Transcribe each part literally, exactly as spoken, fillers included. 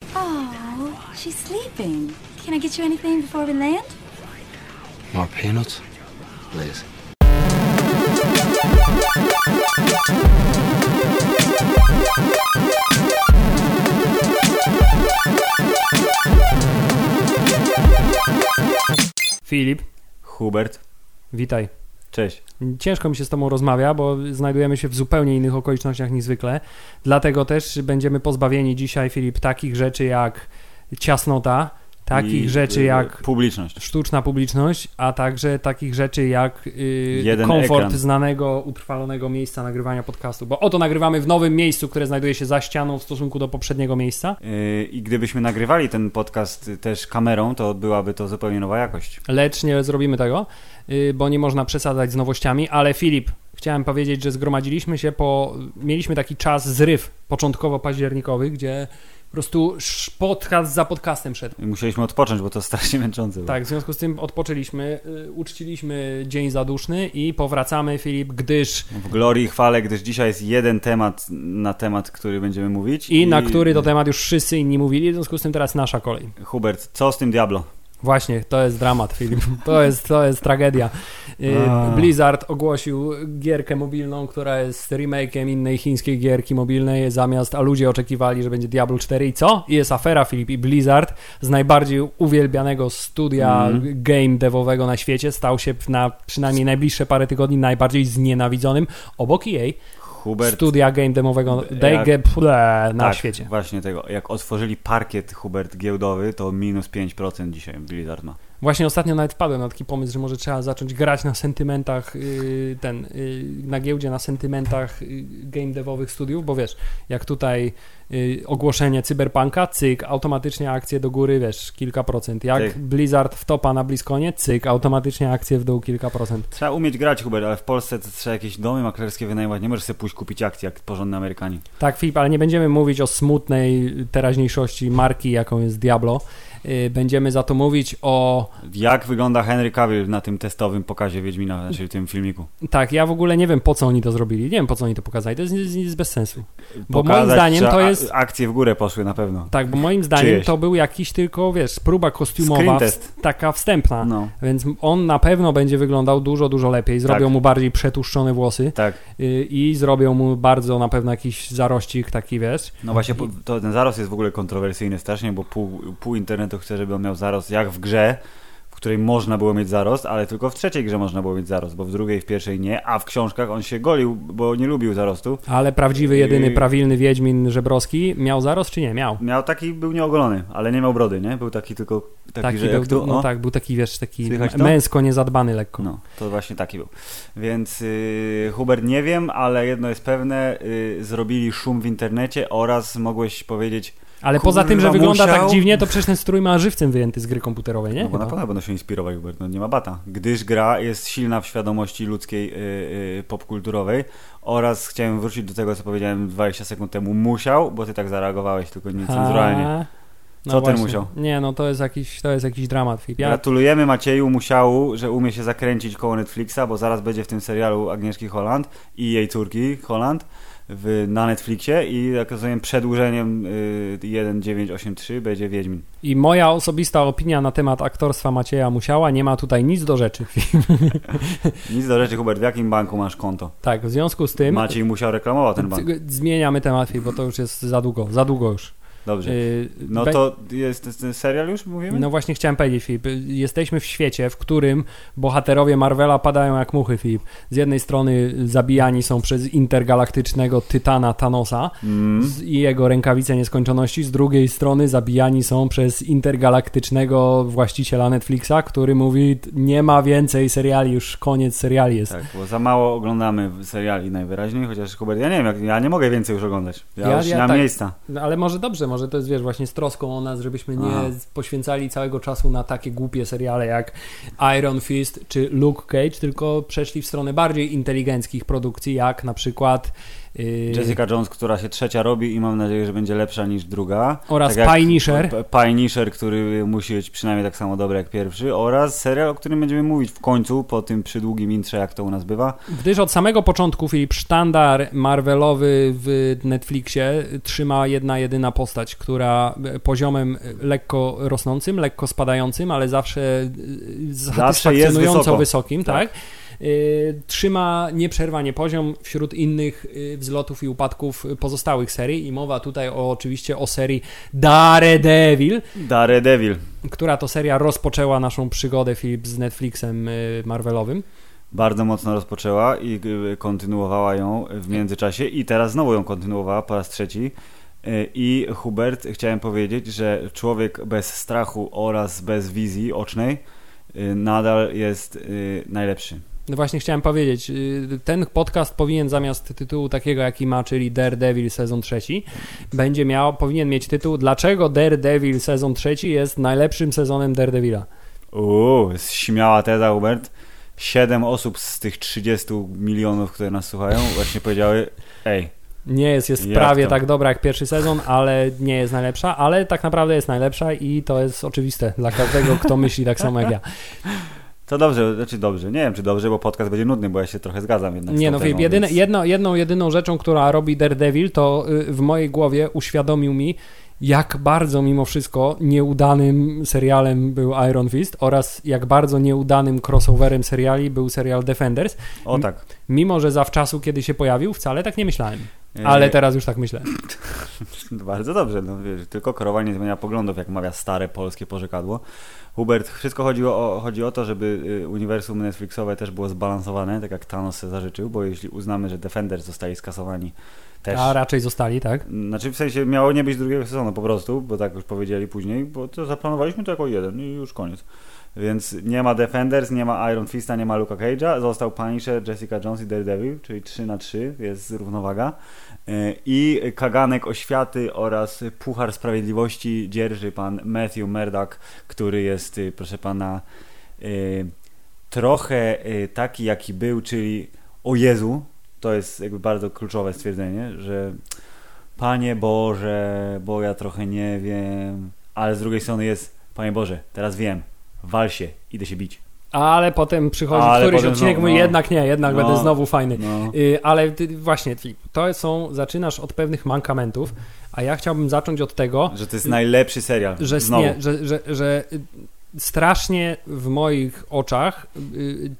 Oh, she's sleeping. Can I get you anything before we land? More peanuts, please. Filip. Hubert. Witaj. Cześć. Ciężko mi się z tobą rozmawia, bo znajdujemy się w zupełnie innych okolicznościach niż zwykle. Dlatego też będziemy pozbawieni dzisiaj, Filip, takich rzeczy jak ciasnota, takich I, rzeczy y, jak publiczność. sztuczna publiczność, a także takich rzeczy jak y, komfort ekran. znanego, utrwalonego miejsca nagrywania podcastu. Bo oto nagrywamy w nowym miejscu, które znajduje się za ścianą w stosunku do poprzedniego miejsca. Yy, I gdybyśmy nagrywali ten podcast też kamerą, to byłaby to zupełnie nowa jakość. Lecz nie zrobimy tego, yy, bo nie można przesadzać z nowościami, ale Filip, chciałem powiedzieć, że zgromadziliśmy się po... Mieliśmy taki czas zryw początkowo październikowy, gdzie po prostu podcast za podcastem szedł. I musieliśmy odpocząć, bo to strasznie męczące. Tak, w związku z tym odpoczęliśmy, y, uczciliśmy dzień zaduszny i powracamy, Filip, gdyż... W glorii i chwale, gdyż dzisiaj jest jeden temat na temat, który będziemy mówić. I, i na który to temat już wszyscy inni mówili, w związku z tym teraz nasza kolej. Hubert, co z tym Diablo? Właśnie, to jest dramat, Filip. To jest, to jest tragedia. Blizzard ogłosił gierkę mobilną, która jest remake'iem innej chińskiej gierki mobilnej zamiast, a ludzie oczekiwali, że będzie Diablo cztery i co? I jest afera, Filip. I Blizzard z najbardziej uwielbianego studia mm. game devowego na świecie stał się na przynajmniej najbliższe parę tygodni najbardziej znienawidzonym obok E A. Hubert, studia game demowego jak, na tak, świecie. Właśnie tego. Jak otworzyli parkiet, Hubert, giełdowy, to minus pięć procent dzisiaj Blizzard ma. Właśnie ostatnio nawet wpadłem na taki pomysł, że może trzeba zacząć grać na sentymentach yy, ten, yy, na giełdzie na sentymentach yy, game devowych studiów, bo wiesz, jak tutaj yy, ogłoszenie Cyberpunka, cyk, automatycznie akcje do góry, wiesz, kilka procent. Jak Ty. Blizzard wtopa na BlizzConie, cyk, automatycznie akcje w dół kilka procent. Trzeba umieć grać, Hubert, ale w Polsce to trzeba jakieś domy maklerskie wynajmować, nie możesz sobie pójść kupić akcji jak porządny Amerykanin. Tak, Filip, ale nie będziemy mówić o smutnej teraźniejszości marki, jaką jest Diablo. Będziemy za to mówić o... Jak wygląda Henry Cavill na tym testowym pokazie Wiedźmina, znaczy w tym filmiku. Tak, ja w ogóle nie wiem, po co oni to zrobili. Nie wiem, po co oni to pokazali. To jest, jest, jest bez sensu. Bo Pokazać, moim zdaniem to jest... Akcje w górę poszły na pewno. Tak, bo moim zdaniem Czyjeś. to był jakiś tylko, wiesz, próba kostiumowa, test. taka wstępna. No. Więc on na pewno będzie wyglądał dużo, dużo lepiej. Zrobią tak. mu bardziej przetłuszczone włosy. Tak. Y- I zrobią mu bardzo na pewno jakiś zarościk taki, wiesz. No właśnie, I... to ten zarost jest w ogóle kontrowersyjny strasznie, bo pół, pół internetu chce, żeby on miał zarost jak w grze, w której można było mieć zarost, ale tylko w trzeciej grze można było mieć zarost, bo w drugiej, w pierwszej nie, a w książkach on się golił, bo nie lubił zarostu. Ale prawdziwy, jedyny, I... prawilny Wiedźmin Żebrowski miał zarost, czy nie? Miał. Miał taki, był nieogolony, ale nie miał brody, nie? Był taki tylko, taki, taki że był, jak tu, no o, tak, był taki, wiesz, taki Słychać męsko niezadbany lekko. No, to właśnie taki był. Więc yy, Hubert, nie wiem, ale jedno jest pewne, yy, zrobili szum w internecie oraz mogłeś powiedzieć... Ale Kurwa, poza tym, że wygląda musiał... tak dziwnie, to przecież ten strój ma żywcem wyjęty z gry komputerowej, nie? No bo na pewno będą się inspirować, Hubert, no nie ma bata. Gdyż gra jest silna w świadomości ludzkiej yy, yy, popkulturowej oraz chciałem wrócić do tego, co powiedziałem dwadzieścia sekund temu. Musiał, bo ty tak zareagowałeś, tylko niecenzuralnie. Co no ten właśnie. musiał? Nie, no to jest jakiś, to jest jakiś dramat. Ja... Gratulujemy Macieju Musiału, że umie się zakręcić koło Netflixa, bo zaraz będzie w tym serialu Agnieszki Holland i jej córki Holland w, na Netflixie i jak rozumiem przedłużeniem y, jeden dziewięć osiem trzy będzie Wiedźmin. I moja osobista opinia na temat aktorstwa Macieja Musiała nie ma tutaj nic do rzeczy. Nic do rzeczy, Hubert, w jakim banku masz konto? Tak, w związku z tym... Maciej Musiał reklamował ten bank. Zmieniamy temat, bo to już jest za długo, za długo już. Dobrze. No to jest ten serial już, mówimy? No właśnie chciałem powiedzieć, Filip. Jesteśmy w świecie, w którym bohaterowie Marvela padają jak muchy, Filip. Z jednej strony zabijani są przez intergalaktycznego tytana Thanosa mm. z, i jego rękawice nieskończoności, z drugiej strony zabijani są przez intergalaktycznego właściciela Netflixa, który mówi, nie ma więcej seriali, już koniec seriali jest. Tak, bo za mało oglądamy seriali najwyraźniej, chociaż Hubert, ja nie wiem, jak, ja nie mogę więcej już oglądać. Ja, ja już nie ja, mam tak, miejsca. No, ale może dobrze, może to jest, wiesz, właśnie z troską o nas, żebyśmy nie Aha. poświęcali całego czasu na takie głupie seriale jak Iron Fist czy Luke Cage, tylko przeszli w stronę bardziej inteligenckich produkcji, jak na przykład Jessica Jones, która się trzecia robi i mam nadzieję, że będzie lepsza niż druga. Oraz tak Punisher. Punisher, który musi być przynajmniej tak samo dobry jak pierwszy. Oraz serial, o którym będziemy mówić w końcu, po tym przydługim intrze, jak to u nas bywa. Gdyż od samego początku, Filip, sztandar Marvelowy w Netflixie trzyma jedna jedyna postać, która poziomem lekko rosnącym, lekko spadającym, ale zawsze satysfakcjonująco wysokim, tak? tak? Yy, trzyma nieprzerwanie poziom wśród innych yy, wzlotów i upadków pozostałych serii i mowa tutaj o, oczywiście o serii Daredevil. Daredevil. Która to seria rozpoczęła naszą przygodę, Filip, z Netflixem yy, Marvelowym. Bardzo mocno rozpoczęła i yy, kontynuowała ją w międzyczasie i teraz znowu ją kontynuowała po raz trzeci. Yy, I Hubert, chciałem powiedzieć, że człowiek bez strachu oraz bez wizji ocznej yy, nadal jest yy, najlepszy. No właśnie chciałem powiedzieć, ten podcast powinien zamiast tytułu takiego, jaki ma, czyli Daredevil sezon trzeci, będzie miał, powinien mieć tytuł Dlaczego Daredevil sezon trzeci jest najlepszym sezonem Daredevila. Uuu, śmiała teza, Hubert. Siedem osób z tych trzydziestu milionów, które nas słuchają, właśnie powiedziały, ej. Nie jest, jest prawie to? tak dobra jak pierwszy sezon, ale nie jest najlepsza, ale tak naprawdę jest najlepsza i to jest oczywiste dla każdego, kto myśli tak samo jak ja. To dobrze, znaczy dobrze, nie wiem czy dobrze, bo podcast będzie nudny, bo ja się trochę zgadzam jednak. Nie, no Filip, jedyne, więc... jedno, jedną, jedyną rzeczą, która robi Daredevil, to w mojej głowie uświadomił mi, jak bardzo mimo wszystko nieudanym serialem był Iron Fist oraz jak bardzo nieudanym crossoverem seriali był serial Defenders. O tak. M- mimo, że zawczasu, kiedy się pojawił, wcale tak nie myślałem. Ale teraz już tak myślę. Bardzo dobrze, no wiesz, tylko korowa nie zmienia poglądów, jak mawia stare polskie porzekadło. Hubert, wszystko chodzi o, chodzi o to, żeby uniwersum Netflixowe też było zbalansowane, tak jak Thanos sobie zażyczył, bo jeśli uznamy, że Defenders zostali skasowani też... A raczej zostali, tak? Znaczy w sensie miało nie być drugiego sezonu po prostu, bo tak już powiedzieli później, bo to zaplanowaliśmy to jako jeden i już koniec. Więc nie ma Defenders, nie ma Iron Fista, nie ma Luka Cage'a, został Punisher, Jessica Jones i Daredevil, czyli trzy na trzy, jest równowaga. I kaganek oświaty oraz puchar sprawiedliwości dzierży pan Matthew Murdock, który jest, proszę pana, trochę taki jaki był, czyli o Jezu, to jest jakby bardzo kluczowe stwierdzenie, że Panie Boże, bo ja trochę nie wiem, ale z drugiej strony jest, Panie Boże, teraz wiem, wal się, idę się bić. Ale potem przychodzi ale któryś potem odcinek i mówi, no, jednak nie, jednak no, będę znowu fajny. No. Y, ale ty, właśnie, to są, zaczynasz od pewnych mankamentów, a ja chciałbym zacząć od tego... Że to jest y, najlepszy serial. Że, znowu. Nie, że, że, że strasznie w moich oczach y,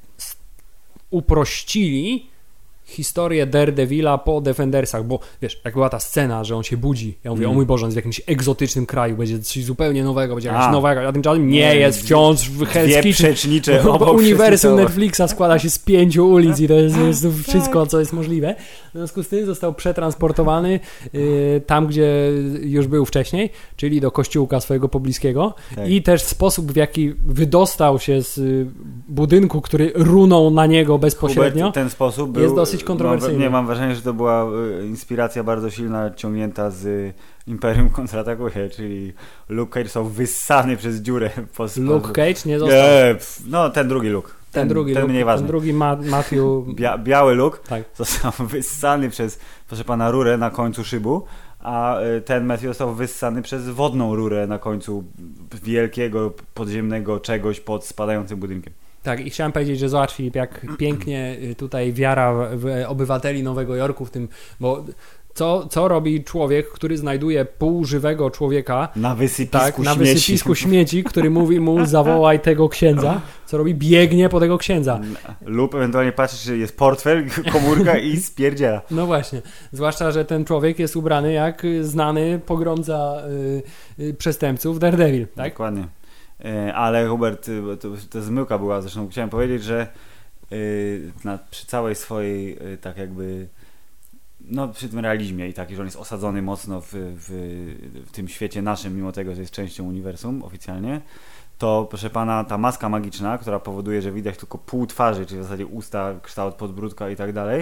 uprościli historię Daredevila po Defendersach, bo wiesz, jak była ta scena, że on się budzi, ja mówię, mm. o mój Boże, on jest w jakimś egzotycznym kraju, będzie coś zupełnie nowego, będzie jakaś nowego, a tymczasem nie, nie jest wciąż w Hell's Kitchen, bo uniwersum Netflixa składa się z pięciu ulic i to jest, jest wszystko, co jest możliwe. W związku z tym został przetransportowany y, tam, gdzie już był wcześniej, czyli do kościółka swojego pobliskiego tak. I też sposób, w jaki wydostał się z y, budynku, który runął na niego bezpośrednio, Hubert, ten sposób był, jest dosyć kontrowersyjny. No, nie, mam wrażenie, że to była inspiracja bardzo silna, ciągnięta z Imperium kontratakuje, czyli Luke Cage został wyssany przez dziurę. Po Luke Cage nie został. Nie, no ten drugi Luke. Ten, ten drugi ten Luke, mniej ważny. Ten drugi Ma- Matthew... Bia- biały Luke tak. został wyssany przez, proszę pana, rurę na końcu szybu, a ten Matthew został wyssany przez wodną rurę na końcu wielkiego, podziemnego czegoś pod spadającym budynkiem. Tak, i chciałem powiedzieć, że zobacz, Filip, jak pięknie tutaj wiara w obywateli Nowego Jorku w tym, bo co, co robi człowiek, który znajduje półżywego człowieka na wysypisku, tak, na śmieci. wysypisku śmieci, który mówi mu, zawołaj tego księdza, co robi? Biegnie po tego księdza. Lub ewentualnie patrzy, czy jest portfel, komórka i spierdziela. No właśnie, zwłaszcza, że ten człowiek jest ubrany jak znany pogromca y, y, przestępców Daredevil, tak? Dokładnie. Ale Hubert, to, to zmyłka była, zresztą chciałem powiedzieć, że yy, na, przy całej swojej yy, tak jakby no przy tym realizmie i taki, że on jest osadzony mocno w, w, w tym świecie naszym, mimo tego, że jest częścią uniwersum oficjalnie, to proszę pana, ta maska magiczna, która powoduje, że widać tylko pół twarzy, czyli w zasadzie usta, kształt podbródka i tak dalej,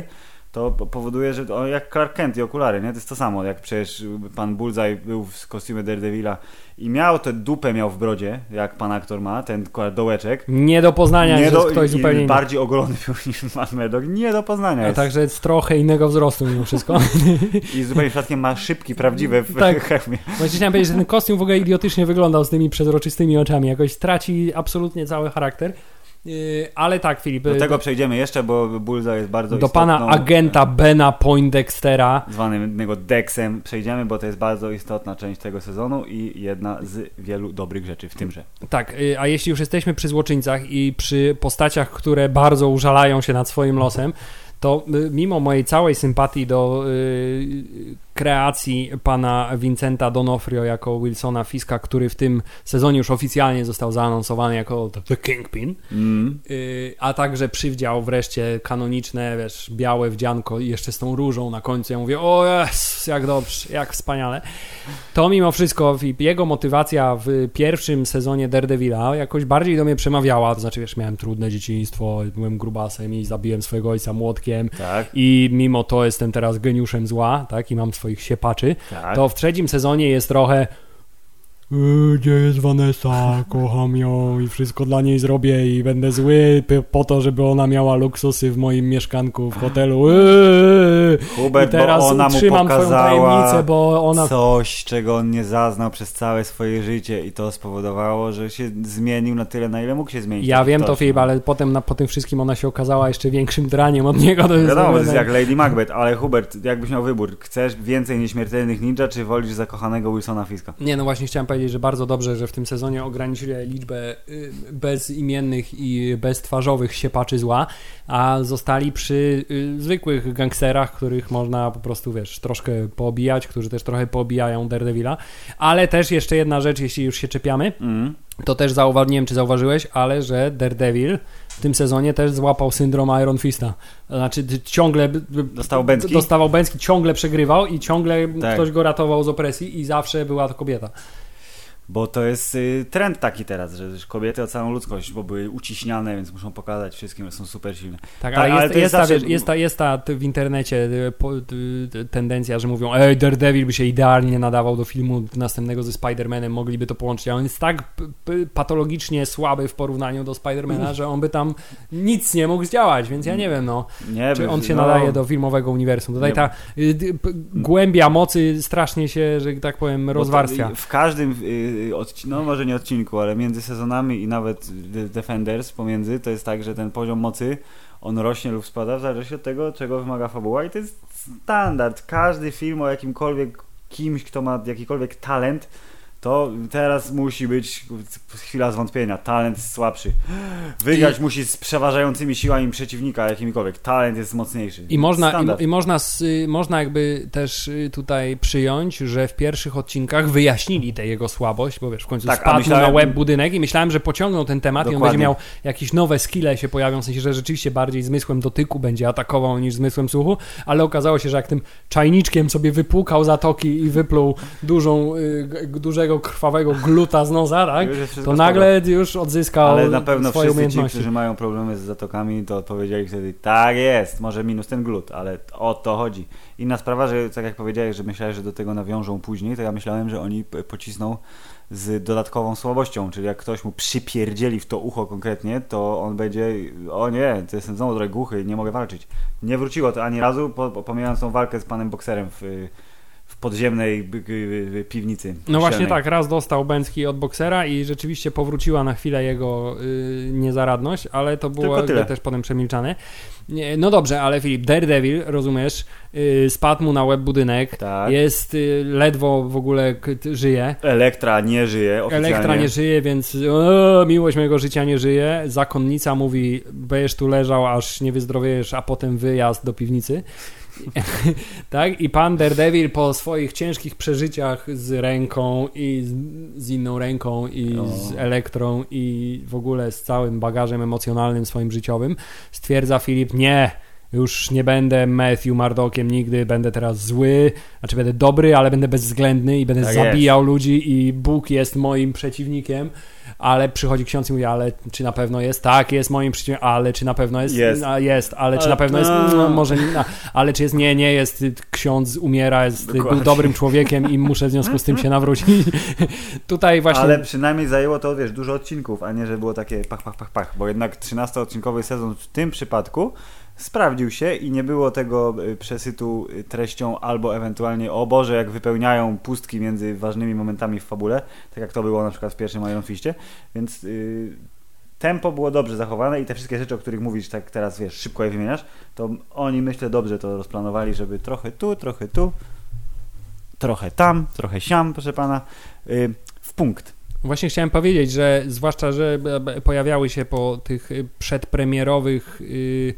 to powoduje, że o, jak Clark Kent i okulary, nie? To jest to samo, jak przecież pan Bullseye był w kostiumie Daredevila i miał tę dupę miał w brodzie, jak pan aktor ma, ten dołeczek. Nie do poznania, nie do, że ktoś zupełnie inny. Bardziej ogolony był niż Matt Murdock. Nie do poznania jest. A także jest trochę innego wzrostu mimo wszystko. I zupełnie przypadkiem ma szybki prawdziwe w tak. hełmie. Właśnie chciałem powiedzieć, że ten kostium w ogóle idiotycznie wyglądał z tymi przezroczystymi oczami. Jakoś traci absolutnie cały charakter. Yy, ale tak, Filip. Do tego do, przejdziemy jeszcze, bo Bullseye jest bardzo do istotną... pana agenta Bena Poindextera. Zwanego Dexem przejdziemy, bo to jest bardzo istotna część tego sezonu i jedna z wielu dobrych rzeczy w tymże. Tak, yy, a jeśli już jesteśmy przy złoczyńcach i przy postaciach, które bardzo użalają się nad swoim losem, to yy, mimo mojej całej sympatii do yy, kreacji pana Vincenta D'Onofrio jako Wilsona Fiska, który w tym sezonie już oficjalnie został zaanonsowany jako The Kingpin, mm. yy, a także przywdział wreszcie kanoniczne, wiesz, białe wdzianko i jeszcze z tą różą na końcu. Ja mówię, o jest, jak dobrze, jak wspaniale. To mimo wszystko jego motywacja w pierwszym sezonie Daredevila jakoś bardziej do mnie przemawiała, to znaczy, wiesz, miałem trudne dzieciństwo, byłem grubasem i zabiłem swojego ojca młotkiem tak. i mimo to jestem teraz geniuszem zła, tak, i mam swoich siepaczy, tak. To w trzecim sezonie jest trochę gdzie jest Vanessa, kocham ją i wszystko dla niej zrobię i będę zły po to, żeby ona miała luksusy w moim mieszkanku w hotelu. Eee! Hubert, i teraz bo ona mu pokazała bo ona... coś, czego on nie zaznał przez całe swoje życie i to spowodowało, że się zmienił na tyle, na ile mógł się zmienić. Ja wiem to, Filip, ale potem na, po tym wszystkim ona się okazała jeszcze większym draniem od niego. To jest wiadomo, to jest jak Lady Macbeth, ale Hubert, jakbyś miał wybór, chcesz więcej nieśmiertelnych ninja, czy wolisz zakochanego Wilsona Fiska? Nie, no właśnie chciałem powiedzieć, że bardzo dobrze, że w tym sezonie ograniczyli liczbę bezimiennych i beztwarzowych siepaczy zła, a zostali przy zwykłych gangsterach, których można po prostu, wiesz, troszkę poobijać, którzy też trochę poobijają Daredevila, ale też jeszcze jedna rzecz, jeśli już się czepiamy, mm. to też zauważyłem, nie wiem, czy zauważyłeś, ale że Daredevil w tym sezonie też złapał syndrom Iron Fista. Znaczy ciągle dostał bęcki? dostawał bęcki, ciągle przegrywał i ciągle tak. ktoś go ratował z opresji i zawsze była to kobieta. Bo to jest y, trend taki teraz, że kobiety o całą ludzkość, bo były uciśniane, więc muszą pokazać wszystkim, że są super silne. Tak, ale, tak, jest, ale jest, jest, zawsze... ta, jest, ta, jest ta w internecie po, tendencja, że mówią, ej, Daredevil by się idealnie nadawał do filmu następnego ze Spider-Manem, mogliby to połączyć, a on jest tak p- p- patologicznie słaby w porównaniu do Spider-Mana, że on by tam nic nie mógł zdziałać, więc ja nie wiem, no, nie czy on się no, nadaje do filmowego uniwersum. Tutaj ta y, p- głębia mocy strasznie się, że tak powiem, rozwarstwia. To, w każdym y, no może nie odcinku, ale między sezonami i nawet Defenders pomiędzy, to jest tak, że ten poziom mocy on rośnie lub spada w zależności od tego, czego wymaga fabuła i to jest standard. Każdy film o jakimkolwiek kimś, kto ma jakikolwiek talent, to teraz musi być chwila zwątpienia. Talent jest słabszy. Wygrać I... musi z przeważającymi siłami przeciwnika jakimikolwiek. Talent jest mocniejszy. I można, i, i można, można jakby też tutaj przyjąć, że w pierwszych odcinkach wyjaśnili tę jego słabość, bo wiesz, w końcu tak, spadł myślałem... na łeb budynek i myślałem, że pociągnął ten temat Dokładnie. I on będzie miał jakieś nowe skille się pojawią, w sensie, że rzeczywiście bardziej zmysłem dotyku będzie atakował niż zmysłem słuchu, ale okazało się, że jak tym czajniczkiem sobie wypłukał zatoki i wypluł dużą, dużego krwawego gluta z nosa, tak? To nagle spoko. Już odzyskał ale na pewno swoje wszyscy umiejętności. Ci, którzy mają problemy z zatokami, to odpowiedzieli wtedy, tak jest, może minus ten glut, ale o to chodzi. Inna sprawa, że tak jak powiedziałeś, że myślałeś, że do tego nawiążą później, to ja myślałem, że oni pocisną z dodatkową słabością, czyli jak ktoś mu przypierdzieli w to ucho konkretnie, to on będzie, o nie, to jestem znowu trochę głuchy, nie mogę walczyć. Nie wróciło to ani razu, pomijając tą walkę z panem bokserem w w podziemnej piwnicy. No właśnie tak, raz dostał bęcki od boksera i rzeczywiście powróciła na chwilę jego y, niezaradność, ale to było też potem przemilczane. No dobrze, ale Filip, Daredevil, rozumiesz, y, spadł mu na łeb budynek, tak. jest y, ledwo w ogóle k- żyje. Elektra nie żyje oficjalnie. Elektra nie żyje, więc o, miłość mojego życia nie żyje. Zakonnica mówi, będziesz tu leżał, aż nie wyzdrowiejesz, a potem wyjazd do piwnicy. Tak? I pan Daredevil po swoich ciężkich przeżyciach z ręką i z, z inną ręką i no. z elektrą i w ogóle z całym bagażem emocjonalnym swoim życiowym stwierdza Filip, nie, już nie będę Matthew Murdockiem nigdy, będę teraz zły, znaczy będę dobry, ale będę bezwzględny i będę tak zabijał jest. ludzi i Bóg jest moim przeciwnikiem, ale przychodzi ksiądz i mówi, ale czy na pewno jest? Tak, jest moim przeciwnikiem, ale czy na pewno jest? Jest, a, jest ale, ale czy na pewno jest? No, może nie, ale czy jest? Nie, nie jest. Ksiądz umiera, jest, był dobrym człowiekiem i muszę w związku z tym się nawrócić. Tutaj właśnie... Ale przynajmniej zajęło to, wiesz, dużo odcinków, a nie, że było takie pach, pach, pach, pach, bo jednak trzynastoodcinkowy sezon w tym przypadku sprawdził się i nie było tego przesytu treścią albo ewentualnie o Boże, jak wypełniają pustki między ważnymi momentami w fabule, tak jak to było na przykład w pierwszym Iron Fistie, więc yy, tempo było dobrze zachowane i te wszystkie rzeczy, o których mówisz, tak teraz wiesz, szybko je wymieniasz, to oni myślę dobrze to rozplanowali, żeby trochę tu, trochę tu, trochę tam, trochę siam, proszę pana, yy, w punkt. Właśnie chciałem powiedzieć, że zwłaszcza, że pojawiały się po tych przedpremierowych yy,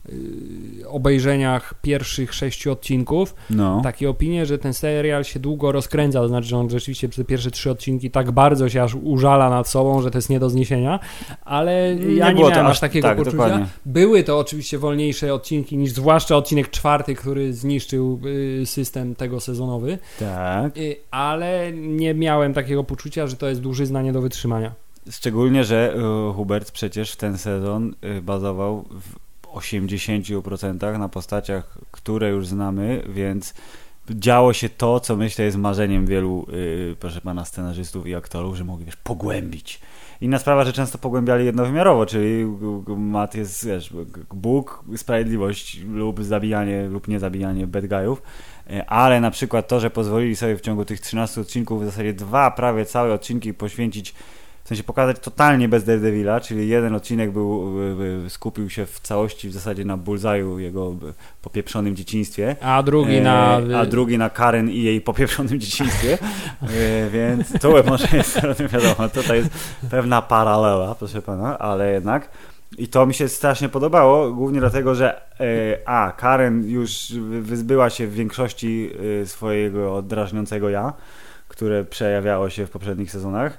obejrzeniach pierwszych sześciu odcinków no. takie opinie, że ten serial się długo rozkręca, to znaczy, że on rzeczywiście przez te pierwsze trzy odcinki tak bardzo się aż użala nad sobą, że to jest nie do zniesienia, ale nie ja nie było miałem to aż takiego tak, poczucia. Dokładnie. Były to oczywiście wolniejsze odcinki niż zwłaszcza odcinek czwarty, który zniszczył y, system tego sezonowy, tak. y, ale nie miałem takiego poczucia, że to jest dłużyzna nie do wytrzymania. Szczególnie, że uh, Hubert przecież ten sezon y, bazował w osiemdziesiąt procent na postaciach, które już znamy, więc działo się to, co myślę jest marzeniem wielu, yy, proszę pana, scenarzystów i aktorów, że mogli, wiesz, pogłębić. Inna sprawa, że często pogłębiali jednowymiarowo, czyli mat jest, wiesz, Bóg, sprawiedliwość lub zabijanie lub niezabijanie bad guyów, ale na przykład to, że pozwolili sobie w ciągu tych trzynastu odcinków w zasadzie dwa prawie całe odcinki poświęcić, w sensie pokazać totalnie bez Daredevila, czyli jeden odcinek był, skupił się w całości w zasadzie na Bullseye'u, jego popieprzonym dzieciństwie. A drugi na... A drugi na Karen i jej popieprzonym dzieciństwie. Więc to może jest, wiadomo, tutaj jest pewna paralela, proszę pana, ale jednak. I to mi się strasznie podobało, głównie dlatego, że a, Karen już wyzbyła się w większości swojego drażniącego ja, które przejawiało się w poprzednich sezonach.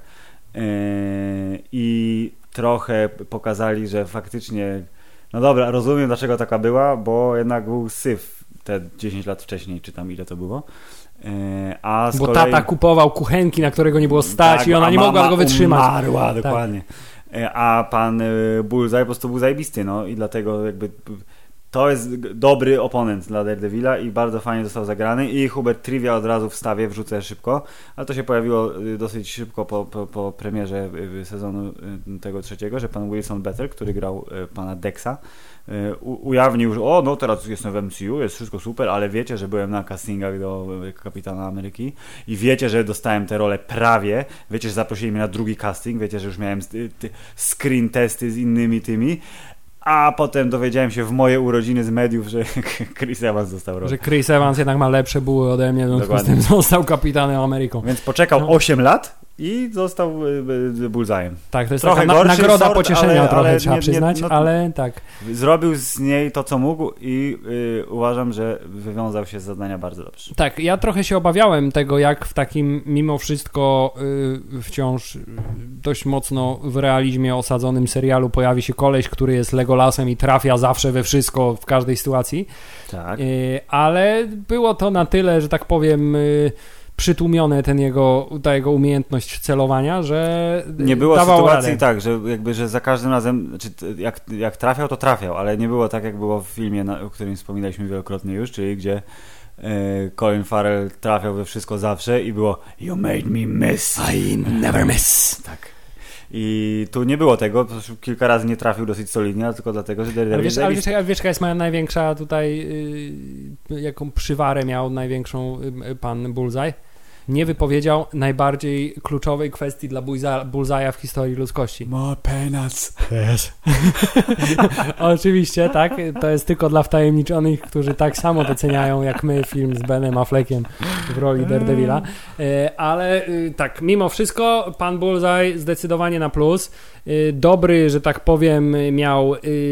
I trochę pokazali, że faktycznie no dobra, rozumiem dlaczego taka była, bo jednak był syf te dziesięć lat wcześniej, czy tam ile to było. A z bo kolei... tata kupował kuchenki, na którego nie było stać tak, i ona nie mogła go wytrzymać. Umarła, dokładnie. Tak. A pan Bullseye po prostu był zajebisty, no i dlatego jakby to jest dobry oponent dla Daredevila i bardzo fajnie został zagrany i Hubert Trivia od razu wstawię, wrzucę szybko, ale to się pojawiło dosyć szybko po, po, po premierze sezonu tego trzeciego, że pan Wilson Bethel, który grał pana Dexa, u, ujawnił, że o, no teraz jestem w M C U, jest wszystko super, ale wiecie, że byłem na castingach do Kapitana Ameryki i wiecie, że dostałem tę rolę prawie, wiecie, że zaprosili mnie na drugi casting, wiecie, że już miałem screen testy z innymi tymi, a potem dowiedziałem się w moje urodziny z mediów, że Chris Evans został rolę. Że Chris Evans jednak ma lepsze buły ode mnie, w związku z tym został Kapitanem Ameryką. Więc poczekał no. osiem lat i został Bullseye'em. Tak, to jest trochę taka na, nagroda sort, pocieszenia ale, trochę, ale trzeba nie, przyznać, nie, no, ale tak. Zrobił z niej to, co mógł i y, uważam, że wywiązał się z zadania bardzo dobrze. Tak, ja trochę się obawiałem tego, jak w takim mimo wszystko y, wciąż dość mocno w realizmie osadzonym serialu pojawi się koleś, który jest Legolasem i trafia zawsze we wszystko, w każdej sytuacji. Tak. Y, ale było to na tyle, że tak powiem... Y, przytłumione ten jego, ta jego umiejętność celowania, że nie było dawał sytuacji radę. tak, że jakby, że za każdym razem, znaczy jak, jak trafiał, to trafiał, ale nie było tak, jak było w filmie, na, o którym wspominaliśmy wielokrotnie już, czyli gdzie e, Colin Farrell trafiał we wszystko zawsze i było You made me miss. I never miss. Tak. I tu nie było tego, kilka razy nie trafił dosyć solidnie, tylko dlatego, że Daredevil... Ale wiesz, ale wiesz, ale wiesz jaka jest moja największa tutaj, yy, jaką przywarę miał największą yy, pan Bullseye? Nie wypowiedział najbardziej kluczowej kwestii dla Bullseye'a w historii ludzkości. More peanuts. Yes. Oczywiście, tak. To jest tylko dla wtajemniczonych, którzy tak samo doceniają jak my film z Benem Affleckiem w roli Daredevila. Ale tak, mimo wszystko pan Bullseye zdecydowanie na plus. Dobry, że tak powiem, miał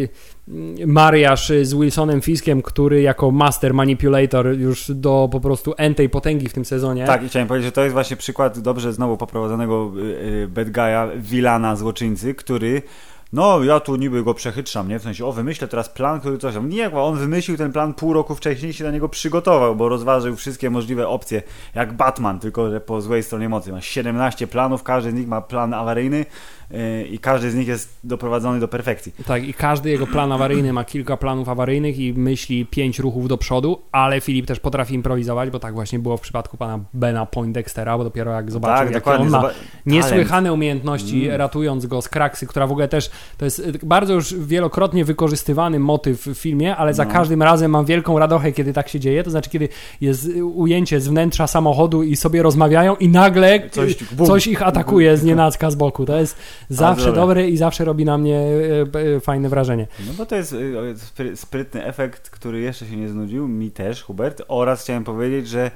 mariaż z Wilsonem Fiskiem, który jako master manipulator już do po prostu entej potęgi w tym sezonie. Tak, i chciałem powiedzieć, że to jest właśnie przykład dobrze znowu poprowadzonego bad guy'a, wilana, złoczyńcy, który no ja tu niby go przechytrzam, nie? W sensie, o wymyślę teraz plan, który coś tam. Nie, on wymyślił ten plan pół roku wcześniej i się na niego przygotował, bo rozważył wszystkie możliwe opcje, jak Batman, tylko że po złej stronie mocy. Ma siedemnaście planów, każdy z nich ma plan awaryjny yy, i każdy z nich jest doprowadzony do perfekcji. Tak, i każdy jego plan awaryjny ma kilka planów awaryjnych i myśli pięć ruchów do przodu, ale Filip też potrafi improwizować, bo tak właśnie było w przypadku pana Bena Poindextera, bo dopiero jak zobaczył, Tak, jakie on ma Zoba- niesłychane umiejętności, Mm. ratując go z kraksy, która w ogóle też, to jest bardzo już wielokrotnie wykorzystywany motyw w filmie, ale za No. każdym razem mam wielką radochę, kiedy tak się dzieje, to znaczy kiedy jest ujęcie z wnętrza samochodu i sobie rozmawiają i nagle Coś, coś, bum. ich atakuje z nienacka z boku. To jest zawsze dobre. dobre i zawsze robi na mnie e, e, fajne wrażenie. No bo to jest y, spry- sprytny efekt, który jeszcze się nie znudził, mi też, Hubert, oraz chciałem powiedzieć, że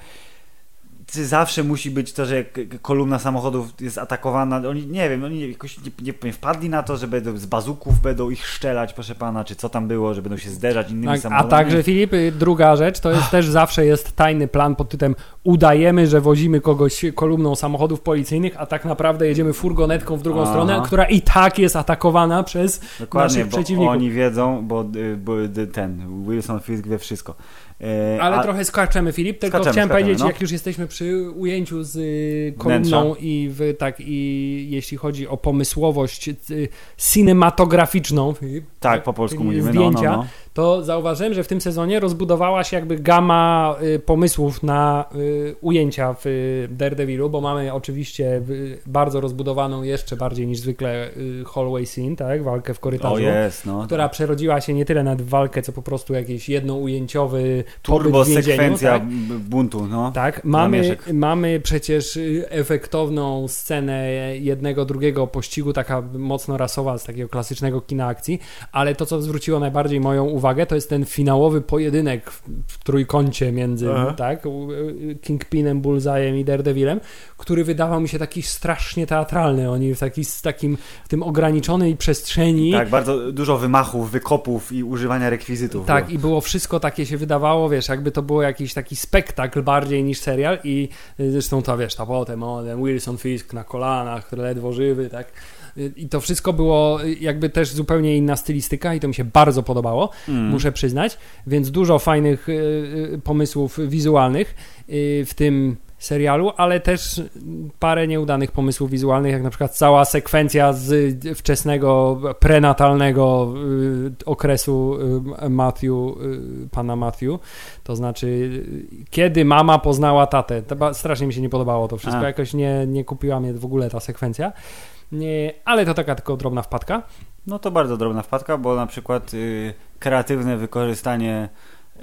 czy zawsze musi być to, że jak kolumna samochodów jest atakowana, oni, nie wiem, oni jakoś nie, nie, nie wpadli na to, że będą z bazuków będą ich szczelać, proszę pana, czy co tam było, że będą się zderzać innymi Tak, a samochodami. także Filip, y, druga rzecz, to jest też zawsze jest tajny plan pod tytułem udajemy, że wozimy kogoś kolumną samochodów policyjnych, a tak naprawdę jedziemy furgonetką w drugą Aha. stronę, która i tak jest atakowana przez Dokładnie, naszych bo przeciwników. oni wiedzą, bo, y, bo y, ten Wilson Fisk wie wszystko. E, Ale a- trochę skaczemy, Filip, tylko Skaczemy, chciałem skaczemy, powiedzieć, no. jak już jesteśmy przy ujęciu z y, kolumną Wnętrza. i w, tak i jeśli chodzi o pomysłowość y, cinematograficzną, Filip, Tak, po polsku czyli mówimy, zdjęcia, no, no, no. to zauważyłem, że w tym sezonie rozbudowała się jakby gama y, pomysłów na y, ujęcia w y, Daredevilu, bo mamy oczywiście y, bardzo rozbudowaną jeszcze bardziej niż zwykle y, hallway scene, tak, walkę w korytarzu, O jest, no. która przerodziła się nie tyle na walkę, co po prostu jakiś jednoujęciowy Turbo pobyt w więzieniu, sekwencja tak? b- buntu, no. Tak, mamy, Zamieszek. mamy przecież y, efektowną scenę jednego, drugiego pościgu, taka mocno rasowa z takiego klasycznego kina akcji, ale to, co zwróciło najbardziej moją uwagę, to jest ten finałowy pojedynek w, w trójkącie między Aha. tak, u- y, Kingpinem, Bullseye'em i Daredevilem, który wydawał mi się taki strasznie teatralny. Oni w, taki, z takim, w tym ograniczonej przestrzeni. Tak, bardzo dużo wymachów, wykopów i używania rekwizytów. Tak, było. i było wszystko takie się wydawało, wiesz, jakby to było jakiś taki spektakl bardziej niż serial i y, zresztą to, wiesz, ta potem, o, ten Wilson Fisk na kolanach, ledwo żywy, tak. Y, I to wszystko było y, jakby też zupełnie inna stylistyka i to mi się bardzo podobało, Mm. muszę przyznać, więc dużo fajnych y, y, pomysłów wizualnych y, w tym serialu, ale też parę nieudanych pomysłów wizualnych, jak na przykład cała sekwencja z wczesnego, prenatalnego y, okresu y, Matthew, y, pana Matthew, to znaczy y, kiedy mama poznała tatę. To ba- strasznie mi się nie podobało to wszystko, A. jakoś nie, nie kupiła mnie w ogóle ta sekwencja, nie, ale to taka tylko drobna wpadka. No to bardzo drobna wpadka, bo na przykład y, kreatywne wykorzystanie y,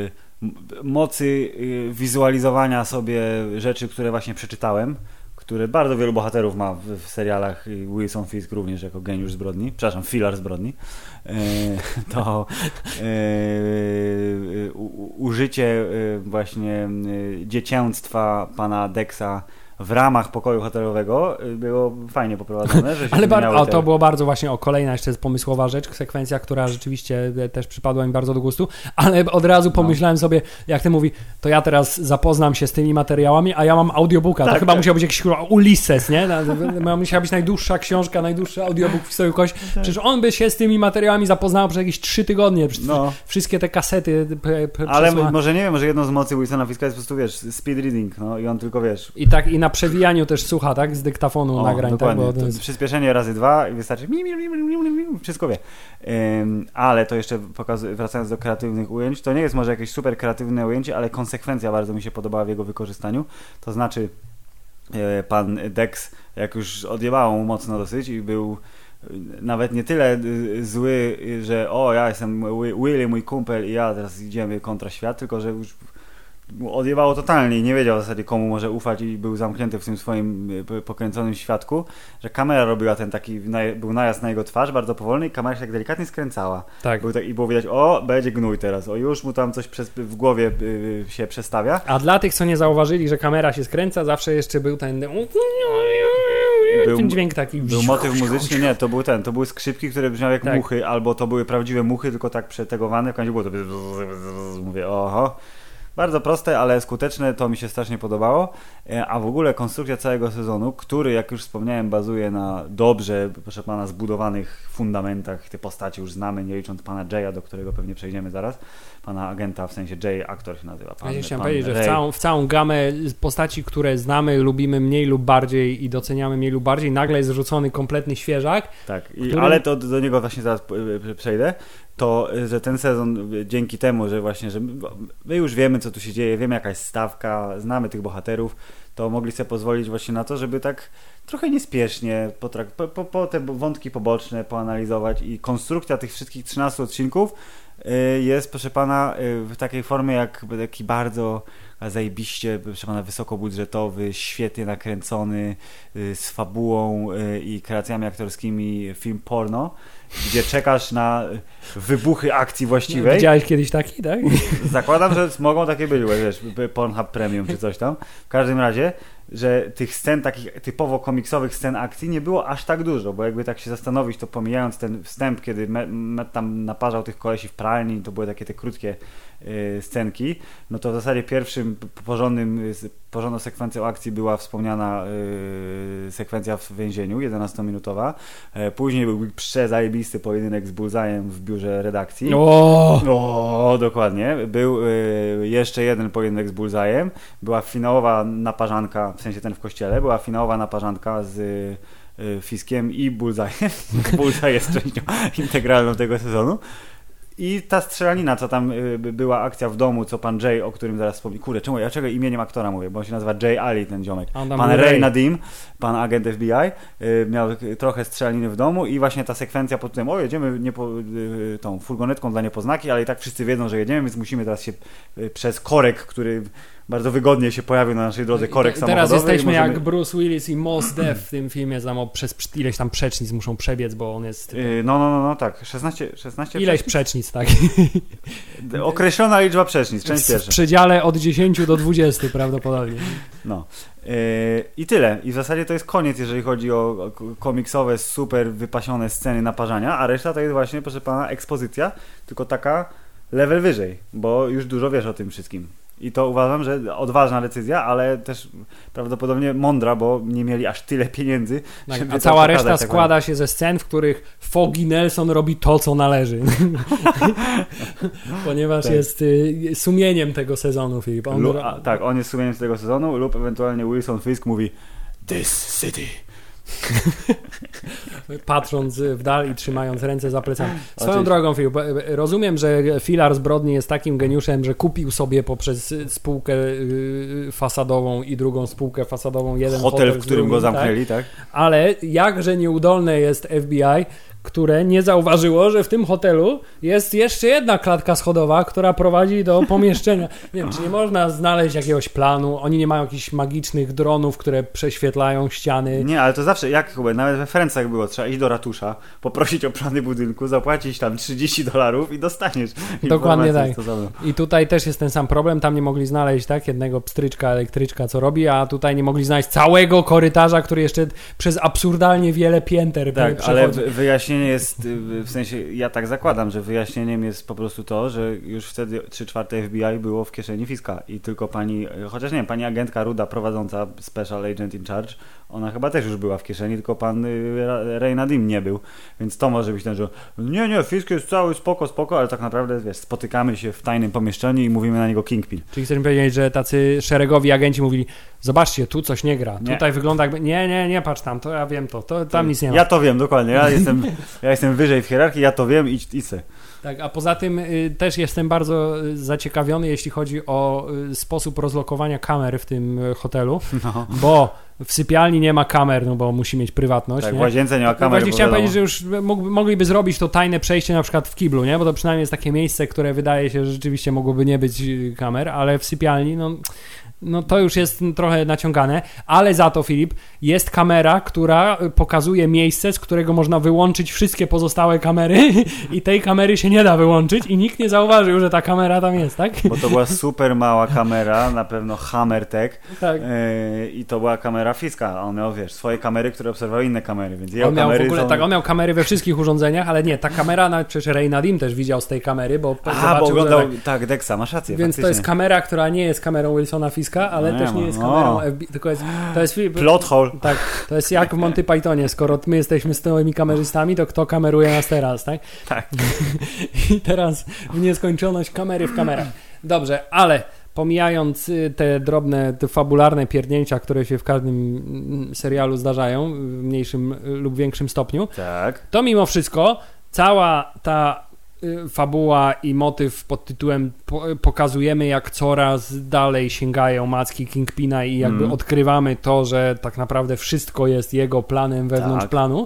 m- mocy y, wizualizowania sobie rzeczy, które właśnie przeczytałem, które bardzo wielu bohaterów ma w, w serialach, i Wilson Fisk również jako geniusz zbrodni, przepraszam, filar zbrodni, y, to y, y, u, użycie y, właśnie y, dziecięctwa pana Dexa w ramach pokoju hotelowego y, było fajnie poprowadzone. Że się Ale bar- zmieniały o, te- to było bardzo właśnie, o, kolejna jeszcze pomysłowa rzecz, sekwencja, która rzeczywiście e, też przypadła mi bardzo do gustu, ale od razu pomyślałem No. sobie, jak ty mówi, to ja teraz zapoznam się z tymi materiałami, a ja mam audiobooka, to Tak, chyba tak. musiał być jakiś kurwa, Ulysses, nie? Na- Musiała być najdłuższa książka, najdłuższy audiobook w historii kość. Przecież on by się z tymi materiałami zapoznał przez jakieś trzy tygodnie, przecież No. wszystkie te kasety p- p- Ale przesłucha- może nie wiem, może jedną z mocy Wilsona Fiska jest po prostu, wiesz, speed reading, no i on tylko, wiesz, I tak i na przewijaniu też słucha, tak? Z dyktafonu o, nagrań, tak? dokładnie, Bo to to jest... przyspieszenie razy dwa i wystarczy mi, mi, mi, mi, mi, mi, wszystko wie. Ym, ale to jeszcze pokaz- wracając do kreatywnych ujęć, to nie jest może jakieś super kreatywne ujęcie, ale konsekwencja bardzo mi się podobała w jego wykorzystaniu, to znaczy e, pan Dex, jak już odjebało mu mocno dosyć i był nawet nie tyle y, zły, y, że o, ja jestem Wi- Willy, mój kumpel i ja teraz idziemy kontra świat, tylko że już mu odjebało totalnie i nie wiedział w zasadzie komu może ufać i był zamknięty w tym swoim y, pokręconym świadku, że kamera robiła ten taki, naj, był najazd na jego twarz, bardzo powolny i kamera się tak delikatnie skręcała. Tak. Był tak, i było widać, o, będzie gnój teraz, o, już mu tam coś przez, w głowie y, się przestawia. A dla tych, co nie zauważyli, że kamera się skręca, zawsze jeszcze był ten... Był- ten dźwięk taki... Był motyw muzyczny, nie, to był ten, to były skrzypki, które brzmiały jak Tak. muchy, albo to były prawdziwe muchy, tylko tak przetegowane, w końcu było to... Mówię, oho, Bardzo proste, ale skuteczne, to mi się strasznie podobało. A w ogóle konstrukcja całego sezonu, który, jak już wspomniałem, bazuje na dobrze, proszę pana, zbudowanych fundamentach. Te postacie już znamy, nie licząc pana Jaya, do którego pewnie przejdziemy zaraz. Pana agenta, w sensie Jay, aktor się nazywa. Pan, ja chciałem pan powiedzieć, Ray. że w całą, w całą gamę postaci, które znamy, lubimy mniej lub bardziej i doceniamy mniej lub bardziej, nagle jest rzucony kompletny świeżak. Tak, i, który... ale to do niego właśnie zaraz przejdę. To, że ten sezon dzięki temu, że właśnie, że my już wiemy, co tu się dzieje, wiemy, jaka jest stawka, znamy tych bohaterów, to mogli sobie pozwolić właśnie na to, żeby tak trochę niespiesznie potrak- po, po, po te wątki poboczne poanalizować i konstrukcja tych wszystkich trzynastu odcinków y, jest, proszę pana, y, w takiej formie jak taki bardzo zajebiście, proszę pana, wysokobudżetowy, świetnie nakręcony, y, z fabułą y, i kreacjami aktorskimi film porno, gdzie czekasz na wybuchy akcji właściwej. Widziałeś kiedyś taki, tak? Zakładam, że mogą takie być, wiesz, Pornhub Premium czy coś tam. W każdym razie, że tych scen, takich typowo komiksowych scen akcji nie było aż tak dużo, bo jakby tak się zastanowić, to pomijając ten wstęp, kiedy Matt me, tam naparzał tych kolesi w pralni, to były takie te krótkie y, scenki, no to w zasadzie pierwszym porządnym, porządną sekwencją akcji była wspomniana y, sekwencja w więzieniu, jedenastominutowa. Y, później był przezajebisty pojedynek z Bullseye'em w biurze redakcji. O, o dokładnie. Był y, jeszcze jeden pojedynek z Bullseye'em. Była finałowa naparzanka, w sensie ten w kościele, była finałowa naparzanka z y, Fiskiem i Bullseye'em. Bullseye jest częścią integralną tego sezonu. I ta strzelanina, co tam y, była akcja w domu, co pan Jay, o którym zaraz wspomnę. Kurde, czemu ja czego imieniem aktora mówię? Bo on się nazywa Jay Ali, ten ziomek. Pan Ray Nadim, pan agent F B I, y, miał trochę strzelaniny w domu i właśnie ta sekwencja pod tym, o jedziemy niepo, y, tą furgonetką dla niepoznaki, ale i tak wszyscy wiedzą, że jedziemy, więc musimy teraz się y, przez korek, który bardzo wygodnie się pojawił na naszej drodze, korek Te, samochodowy. Teraz jesteśmy możemy... jak Bruce Willis i Mos Def w tym filmie, znam, przez ileś tam przecznic muszą przebiec, bo on jest... Yy, no, no, no, no, tak, szesnaście, szesnaście Ileś przecznic, tak. Określona liczba przecznic, część w, pierwsza. W przedziale od dziesięciu do dwudziestu prawdopodobnie. No. Yy, I tyle. I w zasadzie to jest koniec, jeżeli chodzi o, o komiksowe, super wypasione sceny naparzania, a reszta to jest właśnie, proszę pana, ekspozycja, tylko taka level wyżej, bo już dużo wiesz o tym wszystkim. I to uważam, że odważna decyzja, ale też prawdopodobnie mądra, bo nie mieli aż tyle pieniędzy. Tak, żeby a cała pokazać, reszta tak składa się ze scen, w których Foggy Nelson robi to, co należy. Ponieważ tak. jest y, sumieniem tego sezonu, Filip. On... Lu- a, tak, on jest sumieniem tego sezonu lub ewentualnie Wilson Fisk mówi This city. Patrząc w dal i trzymając ręce za plecami. Swoją Oczywiście. drogą, Filip, rozumiem, że Filar Zbrodni jest takim geniuszem, że kupił sobie poprzez spółkę fasadową i drugą spółkę fasadową jeden hotel, hotel w którym drugim, go zamknęli, tak? tak? Ale jakże nieudolne jest F B I, które nie zauważyło, że w tym hotelu jest jeszcze jedna klatka schodowa, która prowadzi do pomieszczenia. Nie wiem, czy nie można znaleźć jakiegoś planu. Oni nie mają jakichś magicznych dronów, które prześwietlają ściany. Nie, ale to zawsze, jak chyba, nawet we Francach było, trzeba iść do ratusza, poprosić o plany budynku, zapłacić tam trzydzieści dolarów i dostaniesz. Dokładnie tak. I tutaj też jest ten sam problem. Tam nie mogli znaleźć tak jednego pstryczka, elektryczka, co robi, a tutaj nie mogli znaleźć całego korytarza, który jeszcze przez absurdalnie wiele pięter tak, przechodzi. Ale wyjaśnienie jest, w sensie, ja tak zakładam, że wyjaśnieniem jest po prostu to, że już wtedy trzy czwarte F B I było w kieszeni Fiska i tylko pani, chociaż nie wiem, pani agentka Ruda prowadząca Special Agent in Charge, ona chyba też już była w kieszeni, tylko pan Ray Nadim nie był, więc to może być ten, że nie, nie, Fisk jest cały spoko, spoko, ale tak naprawdę, wiesz, spotykamy się w tajnym pomieszczeniu i mówimy na niego Kingpin. Czyli chcesz mi powiedzieć, że tacy szeregowi agenci mówili, zobaczcie, tu coś nie gra, nie. Tutaj wygląda jakby, nie, nie, nie patrz tam, to ja wiem to, to tam to, nic nie ma. Ja to wiem, dokładnie, ja jestem, ja jestem wyżej w hierarchii, ja to wiem, idź, idź se. Tak, a poza tym y, też jestem bardzo zaciekawiony, jeśli chodzi o y, sposób rozlokowania kamer w tym y, hotelu, no. Bo w sypialni nie ma kamer, no bo musi mieć prywatność. Tak, nie? w łazience nie ma kamer. Właśnie chciałem powiedzieć, że już mógł, mogliby zrobić to tajne przejście na przykład w kiblu, nie? Bo to przynajmniej jest takie miejsce, które wydaje się, że rzeczywiście mogłoby nie być kamer, ale w sypialni, no no to już jest trochę naciągane, ale za to, Filip, jest kamera, która pokazuje miejsce, z którego można wyłączyć wszystkie pozostałe kamery i tej kamery się nie da wyłączyć i nikt nie zauważył, że ta kamera tam jest, tak? Bo to była super mała kamera, na pewno Hammertech Tak. yy, i to była kamera Fiska, a on miał, wiesz, swoje kamery, które obserwowały inne kamery, więc jego On miał kamery w ogóle, są... tak, on miał kamery we wszystkich urządzeniach, ale nie, ta kamera, nawet przecież Ray Nadim też widział z tej kamery, bo A, zobaczył, bo oglądał, że tak, tak Dexa, masz rację, więc faktycznie. to jest kamera, która nie jest kamerą Wilsona Fiska, ale No też nie nie ma. jest O. kamerą F B I, tylko jest, to jest Plot hole. tak, to jest jak w Monty Pythonie, skoro my jesteśmy stałymi kamerzystami, to kto kameruje nas teraz, tak? Tak. I teraz w nieskończoność kamery w kamerach. Dobrze, ale pomijając te drobne, te fabularne pierdnięcia, które się w każdym serialu zdarzają, w mniejszym lub większym stopniu, Tak. to mimo wszystko cała ta y, fabuła i motyw pod tytułem po, pokazujemy, jak coraz dalej sięgają macki Kingpina i jakby Mm. odkrywamy to, że tak naprawdę wszystko jest jego planem wewnątrz Tak. planu,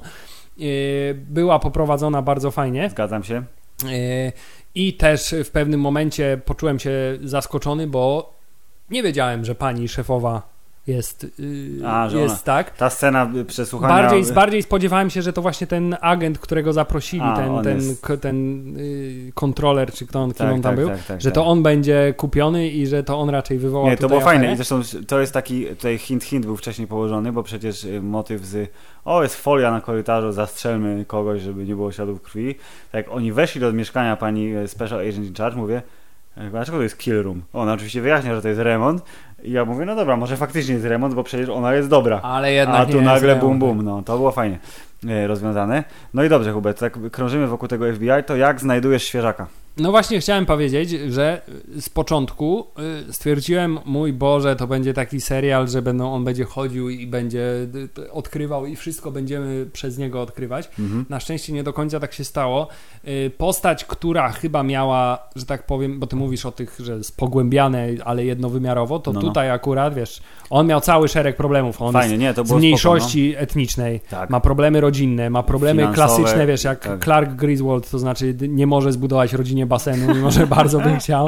y, była poprowadzona bardzo fajnie. Zgadzam się. y, i też w pewnym momencie poczułem się zaskoczony, bo nie wiedziałem, że pani szefowa jest, yy, A, że jest ona- tak. Ta scena przesłuchania... Bardziej, bardziej spodziewałem się, że to właśnie ten agent, którego zaprosili, A, ten, on ten, jest- k- ten yy, kontroler, czy kto on, kim Tak, on tam tak, był, tak, tak, że tak. to on będzie kupiony i że to on raczej wywoła Nie, to tutaj było fajne aferę. i zresztą to jest taki, tutaj hint, hint był wcześniej położony, bo przecież y, motyw z o, jest folia na korytarzu, zastrzelmy kogoś, żeby nie było śladów krwi. Tak jak oni weszli do mieszkania pani y, Special Agent in Charge, mówię, y, dlaczego to jest kill room? Ona oczywiście wyjaśnia, że to jest remont i ja mówię, no dobra, może faktycznie jest remont, bo przecież ona jest dobra. Ale jednak A nie tu jest nagle remont. bum bum, no to było fajnie y, rozwiązane. No i dobrze, Hubert, tak krążymy wokół tego F B I, to jak znajdujesz świeżaka? No właśnie chciałem powiedzieć, że z początku y, stwierdziłem, mój Boże, to będzie taki serial, że będą, on będzie chodził i będzie y, odkrywał i wszystko będziemy przez niego odkrywać. Mhm. Na szczęście nie do końca tak się stało. Y, Postać, która chyba miała, że tak powiem, bo ty mówisz o tych, że jest pogłębiane, ale jednowymiarowo, to No, no. tutaj akurat, wiesz, on miał cały szereg problemów. On Fajnie, jest nie, to z było mniejszości etnicznej, Tak. ma problemy rodzinne, ma problemy Finansowe, klasyczne, wiesz, jak tak. Clark Griswold, to znaczy nie może zbudować rodzinie basenu, mimo że bardzo bym chciał,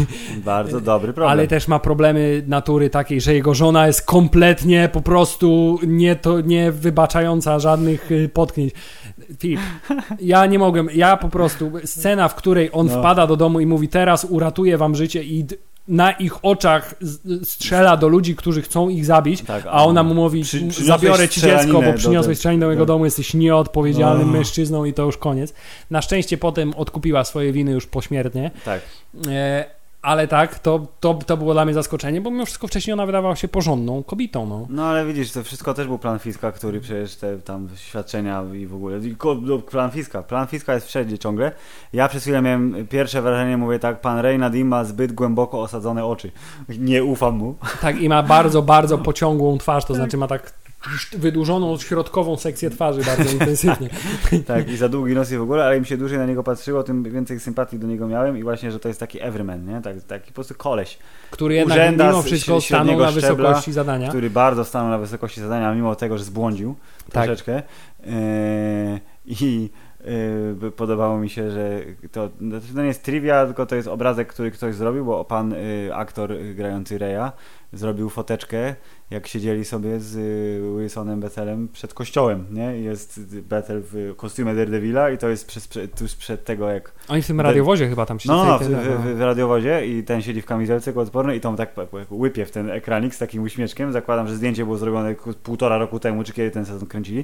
Bardzo dobry problem. ale też ma problemy natury takiej, że jego żona jest kompletnie po prostu nie, to, nie wybaczająca żadnych y, potknięć. Filip, ja nie mogłem, ja po prostu, scena, w której on No. wpada do domu i mówi, teraz uratuję wam życie i d- na ich oczach z- strzela do ludzi, którzy chcą ich zabić, Tak, a ona mu mówi, Przy- przyniosłeś zabiorę ci dziecko, strzelaninę bo przyniosłeś do- strzelanę do mojego do- domu, jesteś nieodpowiedzialnym Oh. mężczyzną i to już koniec. Na szczęście potem odkupiła swoje winy już pośmiertnie. Tak. E, ale tak, to, to, to było dla mnie zaskoczenie, bo mimo wszystko wcześniej ona wydawała się porządną kobietą. No. No ale widzisz, to wszystko też był plan Fiska, który przecież te tam świadczenia i w ogóle. I ko- no, plan Fiska. Plan Fiska jest wszędzie ciągle. Ja przez chwilę miałem pierwsze wrażenie, mówię tak, pan Ray Nadim ma zbyt głęboko osadzone oczy. Nie ufam mu. Tak, i ma bardzo, bardzo pociągłą twarz, to znaczy ma tak wydłużoną środkową sekcję twarzy bardzo intensywnie. Tak, i za długi nos i w ogóle, ale im się dłużej na niego patrzyło, tym więcej sympatii do niego miałem i właśnie, że to jest taki everyman, nie? Tak, taki po prostu koleś, Który jednak Urzęda mimo z wszystko stanął średniego na szczebla, wysokości zadania. który bardzo stanął na wysokości zadania, mimo tego, że zbłądził Tak. troszeczkę. Yy, I yy, podobało mi się, że to, to nie jest trivia, tylko to jest obrazek, który ktoś zrobił, bo pan yy, aktor yy, grający Raya zrobił foteczkę, jak siedzieli sobie z yy, Wilsonem Bethelem przed kościołem, nie? I jest Bethel w kostiumie Daredevila i to jest przez, przed, tuż przed tego, jak... Oni w tym radiowozie chyba tam się No, no, w, tej- w, w, w radiowozie i ten siedzi w kamizelce koodpornej i tą tak łypie w ten ekranik z takim uśmieszkiem. Zakładam, że zdjęcie było zrobione półtora roku temu, czy kiedy ten sezon kręcili.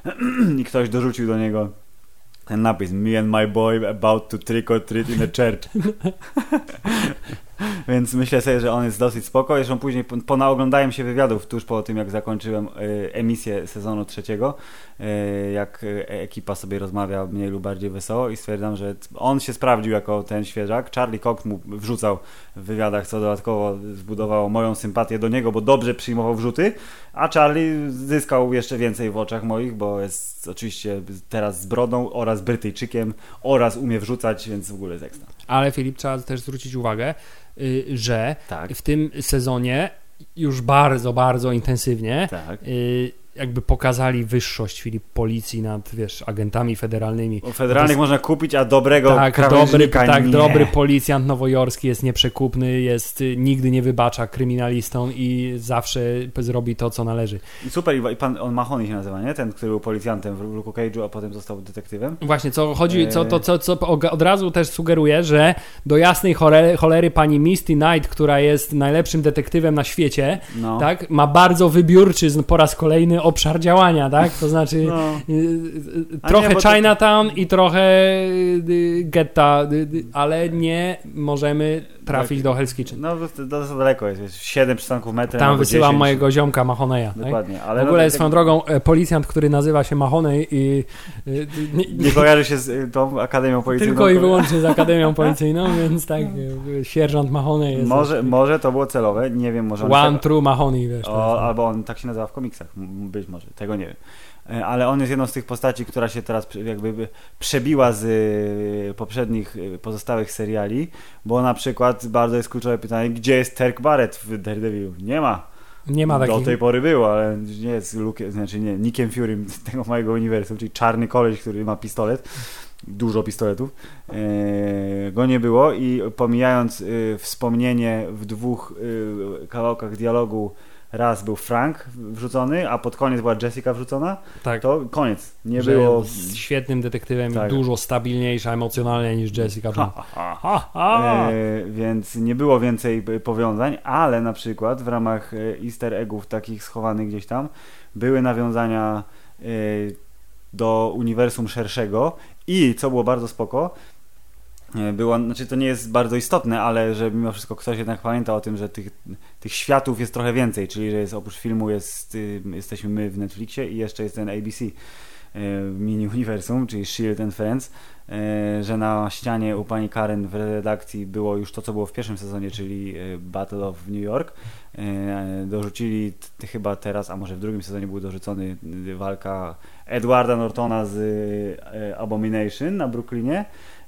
I ktoś dorzucił do niego ten napis: Me and my boy about to trick or treat in a church. Więc myślę sobie, że on jest dosyć spoko. Zresztą później po, po naoglądałem się wywiadów tuż po tym, jak zakończyłem y, emisję sezonu trzeciego, y, jak y, ekipa sobie rozmawia mniej lub bardziej wesoło i stwierdzam, że on się sprawdził jako ten świeżak. Charlie Cox mu wrzucał w wywiadach, co dodatkowo zbudowało moją sympatię do niego, bo dobrze przyjmował wrzuty, a Charlie zyskał jeszcze więcej w oczach moich, bo jest oczywiście teraz z brodą oraz Brytyjczykiem oraz umie wrzucać, więc w ogóle jest ekstra. Ale Filip, trzeba też zwrócić uwagę, y, że Tak. w tym sezonie już bardzo, bardzo intensywnie Tak. y, jakby pokazali wyższość Filip policji nad, wiesz, agentami federalnymi. O federalnych jest, można kupić, a dobrego tak, krawężnika dobry, tak, nie. dobry policjant nowojorski jest nieprzekupny, jest, nigdy nie wybacza kryminalistom i zawsze zrobi to, co należy. I super, i pan, on Mahoney się nazywa, nie? Ten, który był policjantem w Luke'u Cage'u, a potem został detektywem. Właśnie, co chodzi, co, to, co, co od razu też sugeruje, że do jasnej cholery, cholery pani Misty Knight, która jest najlepszym detektywem na świecie, No. tak, ma bardzo wybiórczy po raz kolejny obszar działania, tak? To znaczy No. y, y, trochę nie, to... Chinatown i trochę y, getta, y, y, ale nie możemy trafić tak. do Hell's Kitchen. No, to dosyć daleko jest, jest siedem przystanków metrem. Tam albo wysyłam dziesięć. mojego ziomka Mahoneya. Dokładnie. Tak? Ale w ogóle no, jest swoją tak... drogą e, policjant, który nazywa się Mahoney i y, nie, nie kojarzy się z y, tą Akademią Policyjną. tylko i wyłącznie z Akademią Policyjną, więc tak, y, sierżant Mahoney jest. Może, może to było celowe, nie wiem, może on One tak... True Mahoney, wiesz. O, albo on tak się nazywa w komiksach, być może, tego nie wiem. Ale on jest jedną z tych postaci, która się teraz jakby przebiła z poprzednich pozostałych seriali, bo na przykład bardzo jest kluczowe pytanie, gdzie jest Turk Barrett w Daredevilu? Nie ma. Nie ma takich... Do tej pory było, ale nie jest Luke, znaczy nie, Nickiem Furym z tego mojego uniwersum, czyli czarny koleś, który ma pistolet, dużo pistoletów, e, go nie było i pomijając y, wspomnienie w dwóch y, kawałkach dialogu, raz był Frank wrzucony, a pod koniec była Jessica wrzucona, tak. To koniec. Nie że było... z świetnym detektywem tak. i dużo stabilniejsza emocjonalnie niż Jessica Jones. Ha, ha, ha. Ha. E, więc nie było więcej powiązań, ale na przykład w ramach easter eggów takich schowanych gdzieś tam były nawiązania e, do uniwersum szerszego i co było bardzo spoko, było, znaczy to nie jest bardzo istotne, ale że mimo wszystko ktoś jednak pamięta o tym, że tych, tych światów jest trochę więcej, czyli że jest oprócz filmu jest, y, jesteśmy my w Netflixie i jeszcze jest ten A B C y, mini uniwersum, czyli Shield and Friends, y, że na ścianie u pani Karen w redakcji było już to, co było w pierwszym sezonie, czyli y, Battle of New York. Y, dorzucili t, chyba teraz, a może w drugim sezonie był dorzucony y, walka Edwarda Nortona z y, Abomination na Brooklynie.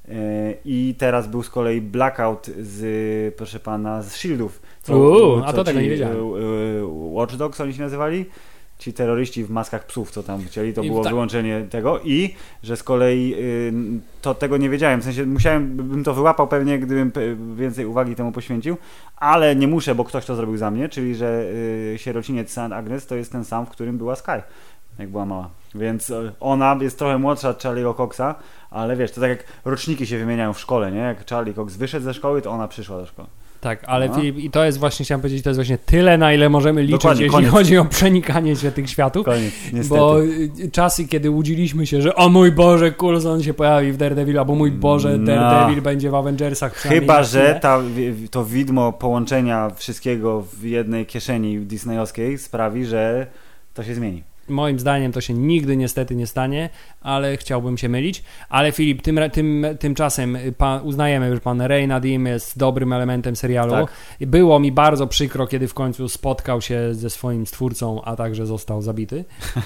I teraz był z kolei Blackout z, proszę pana, z Shieldów. Co, Uuu, co a to tego nie wiedziałem. Watch Dogs oni się nazywali? Ci terroryści w maskach psów, co tam chcieli, to I było tak. wyłączenie tego i że z kolei to tego nie wiedziałem, w sensie musiałem, bym to wyłapał pewnie, gdybym więcej uwagi temu poświęcił, ale nie muszę, bo ktoś to zrobił za mnie, czyli że sierociniec Saint Agnes to jest ten sam, w którym była Sky, jak była mała. Więc ona jest trochę młodsza od Charlie'ego Coxa, ale wiesz, to tak jak roczniki się wymieniają w szkole, nie? Jak Charlie Cox wyszedł ze szkoły, to ona przyszła do szkoły. Tak, ale no. Filip, i to jest właśnie, chciałem powiedzieć, to jest właśnie tyle, na ile możemy liczyć, Dokładnie, jeśli koniec. chodzi o przenikanie się tych światów. Koniec, niestety. Bo czasy, kiedy łudziliśmy się, że o mój Boże, Coulson się pojawi w Daredevil, albo mój Boże, Daredevil no. będzie w Avengersach. Chyba, że ta, to widmo połączenia wszystkiego w jednej kieszeni disneyowskiej sprawi, że to się zmieni. Moim zdaniem to się nigdy niestety nie stanie, ale chciałbym się mylić. Ale Filip, tym, tym, tymczasem pan, uznajemy, że pan Ray Nadim jest dobrym elementem serialu. Tak. Było mi bardzo przykro, kiedy w końcu spotkał się ze swoim stwórcą, a także został zabity.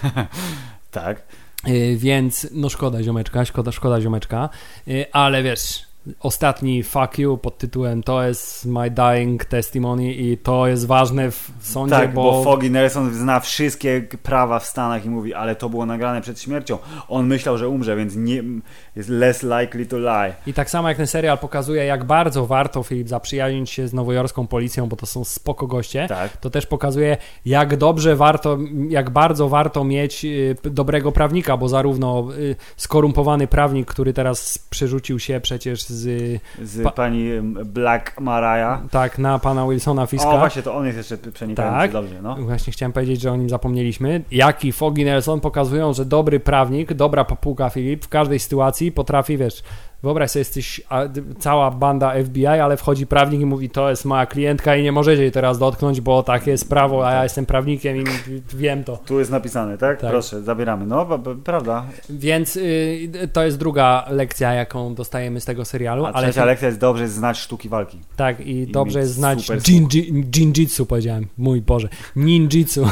Tak. Yy, więc no szkoda ziomeczka, szkoda, szkoda ziomeczka, yy, ale wiesz... Ostatni fuck you pod tytułem to jest my dying testimony i to jest ważne w sądzie, tak, bo... bo Foggy Nelson zna wszystkie prawa w Stanach i mówi, ale to było nagrane przed śmiercią. On myślał, że umrze, więc nie jest less likely to lie. I tak samo jak ten serial pokazuje, jak bardzo warto, Filip, zaprzyjaźnić się z nowojorską policją, bo to są spoko goście, tak. To też pokazuje, jak dobrze warto, jak bardzo warto mieć y, dobrego prawnika, bo zarówno y, skorumpowany prawnik, który teraz przerzucił się przecież z z pa- pani Black Mariah. Tak, na pana Wilsona Fiska. O, właśnie, to on jest jeszcze przenikający tak. dobrze, no. Właśnie chciałem powiedzieć, że o nim zapomnieliśmy. Jak i Foggy Nelson pokazują, że dobry prawnik, dobra papuga Filip, w każdej sytuacji potrafi, wiesz, wyobraź sobie, jesteś a, cała banda F B I, ale wchodzi prawnik i mówi, to jest moja klientka i nie możecie jej teraz dotknąć, bo takie jest prawo, a ja jestem prawnikiem i wiem to. Tu jest napisane, tak? tak. Proszę, zabieramy. No, b- b- prawda. Więc y, to jest druga lekcja, jaką dostajemy z tego serialu. A ale trzecia to... lekcja jest dobrze znać sztuki walki. Tak, i, I dobrze jest znać jinji- jinjitsu, powiedziałem. Mój Boże. Ninjitsu.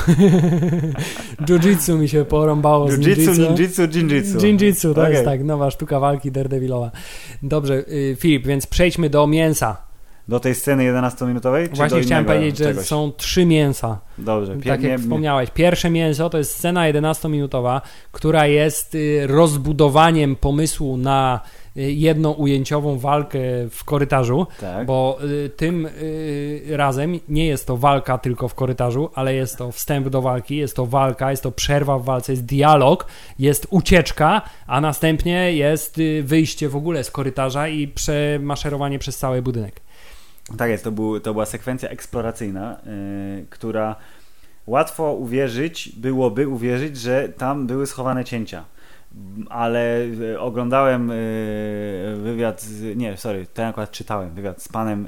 Jiu-jitsu mi się porąbało z ninjitsu. ninjitsu, ninjitsu, jinjitsu. Jinjitsu, to okay. jest tak, nowa sztuka walki Daredevilowa. Dobrze, y, Filip, więc przejdźmy do mięsa. Do tej sceny jedenastominutowej? Czy Właśnie do chciałem innego powiedzieć, że czegoś? są trzy mięsa. Dobrze. Tak jak wspomniałeś. Pierwsze mięso to jest scena jedenastominutowa, która jest y, rozbudowaniem pomysłu na y, jednoujęciową walkę w korytarzu, Tak. bo y, tym y, razem nie jest to walka tylko w korytarzu, ale jest to wstęp do walki, jest to walka, jest to przerwa w walce, jest dialog, jest ucieczka, a następnie jest y, wyjście w ogóle z korytarza i przemaszerowanie przez cały budynek. Tak jest, to, był, to była sekwencja eksploracyjna, yy, która łatwo uwierzyć, byłoby uwierzyć, że tam były schowane cięcia. Ale y, oglądałem y, wywiad, z, nie, sorry, ten akurat czytałem wywiad z panem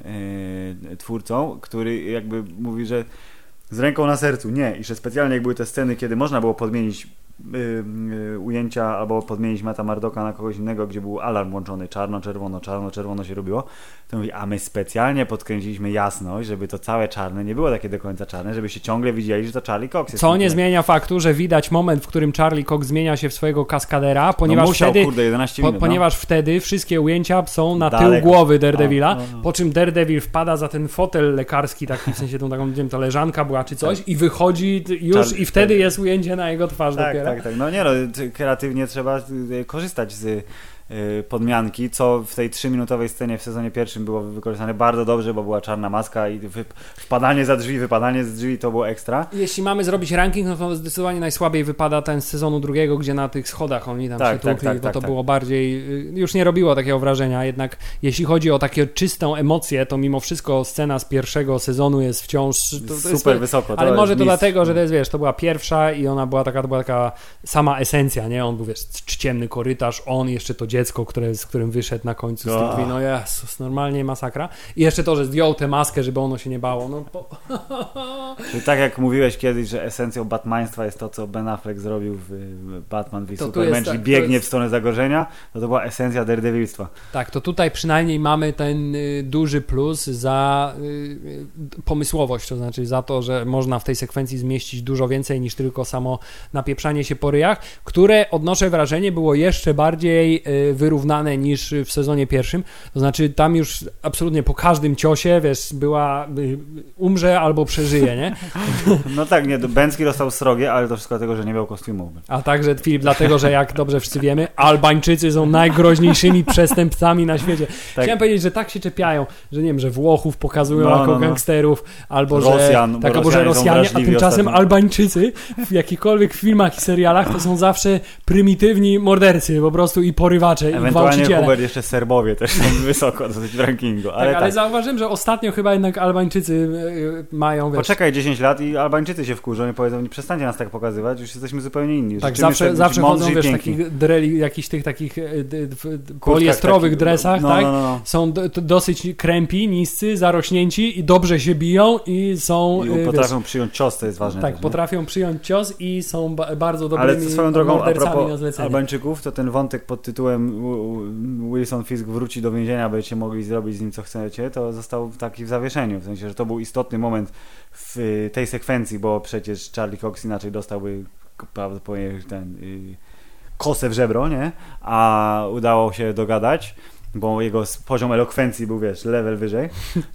y, twórcą, który jakby mówi, że z ręką na sercu, nie, i że specjalnie jak były te sceny, kiedy można było podmienić y, y, ujęcia albo podmienić Matta Murdocka na kogoś innego, gdzie był alarm włączony, czarno, czerwono, czarno, czerwono się robiło, to mówi, a my specjalnie podkręciliśmy jasność, żeby to całe czarne nie było takie do końca czarne, żebyście ciągle widzieli, że to Charlie Cox jest. Co nie zmienia faktu, że widać moment, w którym Charlie Cox zmienia się w swojego kaskadera, ponieważ no musiał, wtedy kurde, jedenaście po, minut, ponieważ no. wtedy wszystkie ujęcia są na Daleko. tył głowy Daredevila, A, no, no. po czym Daredevil wpada za ten fotel lekarski, taki w sensie tą taką, nie wiem, to leżanka była czy coś tak. i wychodzi już Charlie, i wtedy tak. jest ujęcie na jego twarz tak, dopiero. Tak, tak, no nie no, kreatywnie trzeba y, korzystać z y, podmianki, co w tej trzyminutowej scenie w sezonie pierwszym było wykorzystane bardzo dobrze, bo była czarna maska i wy, wpadanie za drzwi, wypadanie z drzwi to było ekstra. Jeśli mamy zrobić ranking, no to zdecydowanie najsłabiej wypada ten z sezonu drugiego, gdzie na tych schodach oni tam tak, się tłukli, tak, tak, bo tak, to tak. było bardziej, już nie robiło takiego wrażenia, jednak jeśli chodzi o takie czystą emocję, to mimo wszystko scena z pierwszego sezonu jest wciąż to, to super jest, wysoko. To ale może to mistrz. dlatego, że to jest, wiesz, to była pierwsza i ona była taka, to była taka sama esencja, nie? On był, wiesz, ciemny korytarz, on, jeszcze to dziecko, które, z którym wyszedł na końcu z tych drzwi, no Jezus, normalnie masakra. I jeszcze to, że zdjął tę maskę, żeby ono się nie bało, no bo... Czyli tak jak mówiłeś kiedyś, że esencją batmaństwa jest to, co Ben Affleck zrobił w Batman v To tu Superman, jest czyli tak, biegnie jest- w stronę zagrożenia, to to była esencja Daredevilstwa. Tak, to tutaj przynajmniej mamy ten y, duży plus za y, y, pomysłowość, to znaczy za to, że można w tej sekwencji zmieścić dużo więcej niż tylko samo napieprzanie się po ryjach, które, odnoszę wrażenie, było jeszcze bardziej y, wyrównane niż w sezonie pierwszym, to znaczy tam już absolutnie po każdym ciosie, wiesz, była y, umrze albo przeżyje, nie? No tak, nie, Bęcki dostał srogie, ale to wszystko dlatego, że nie miał kostiumów. A także, Filip, dlatego, że jak dobrze wszyscy wiemy, Albańczycy są najgroźniejszymi przestępcami na świecie. Tak. Chciałem powiedzieć, że tak się czepiają, że nie wiem, że Włochów pokazują No, jako no, no. gangsterów, albo Rosjan, że, bo tak, albo, że Rosjanie są Rosjanie, a wrażliwi tymczasem ostatnio. Albańczycy w jakichkolwiek filmach i serialach to są zawsze prymitywni mordercy po prostu i porywacze i Ewentualnie gwałciciele. Hubert jeszcze Serbowie też są wysoko dosyć w rankingu, ale Tak, tak. ale zauważyłem, że ostatnio chyba jednak Albańczycy e, mają, wiesz, Poczekaj dziesięć lat i Albańczycy się wkurzą i powiedzą, nie przestańcie nas tak pokazywać, już jesteśmy zupełnie inni. tak, Życzymy zawsze, sobie być zawsze mądrzy chodzą, i wiesz, w piękni. takich dreli, jakichś tych takich e, d, d, poliestrowych takich, dresach, no, tak? no, no, no. Są do, to dosyć krępi, niscy, zarośnięci i dobrze się biją i są, I e, potrafią wiesz, przyjąć cios, to jest ważne. tak, też, nie? potrafią przyjąć cios i są ba- bardzo Ale dobrymi swoją drogą, a mordercami na propos zlecenie. Albańczyków, to ten wątek pod tytułem W- Wilson Fisk wróci do więzienia, będziecie mogli zrobić z nim co chcecie, to został taki w zawieszeniu, w sensie, że to był istotny moment w y, tej sekwencji, bo przecież Charlie Cox inaczej dostałby prawdopodobnie ten y, kosę w żebro, nie? A udało się dogadać, bo jego s- poziom elokwencji był, wiesz, level wyżej.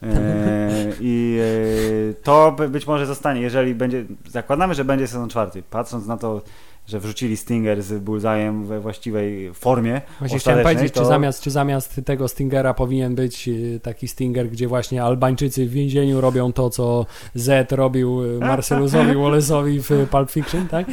E, I e, to by- być może zostanie, jeżeli będzie, zakładamy, że będzie sezon czwarty, patrząc na to, że wrzucili Stinger z Bullseye'em we właściwej formie Właśnie chciałem ostatecznej, powiedzieć, to... czy, zamiast, czy zamiast tego Stingera powinien być e, taki Stinger, gdzie właśnie Albańczycy w więzieniu robią to, co Z robił e, Marcelusowi Wallace'owi w Pulp Fiction, tak?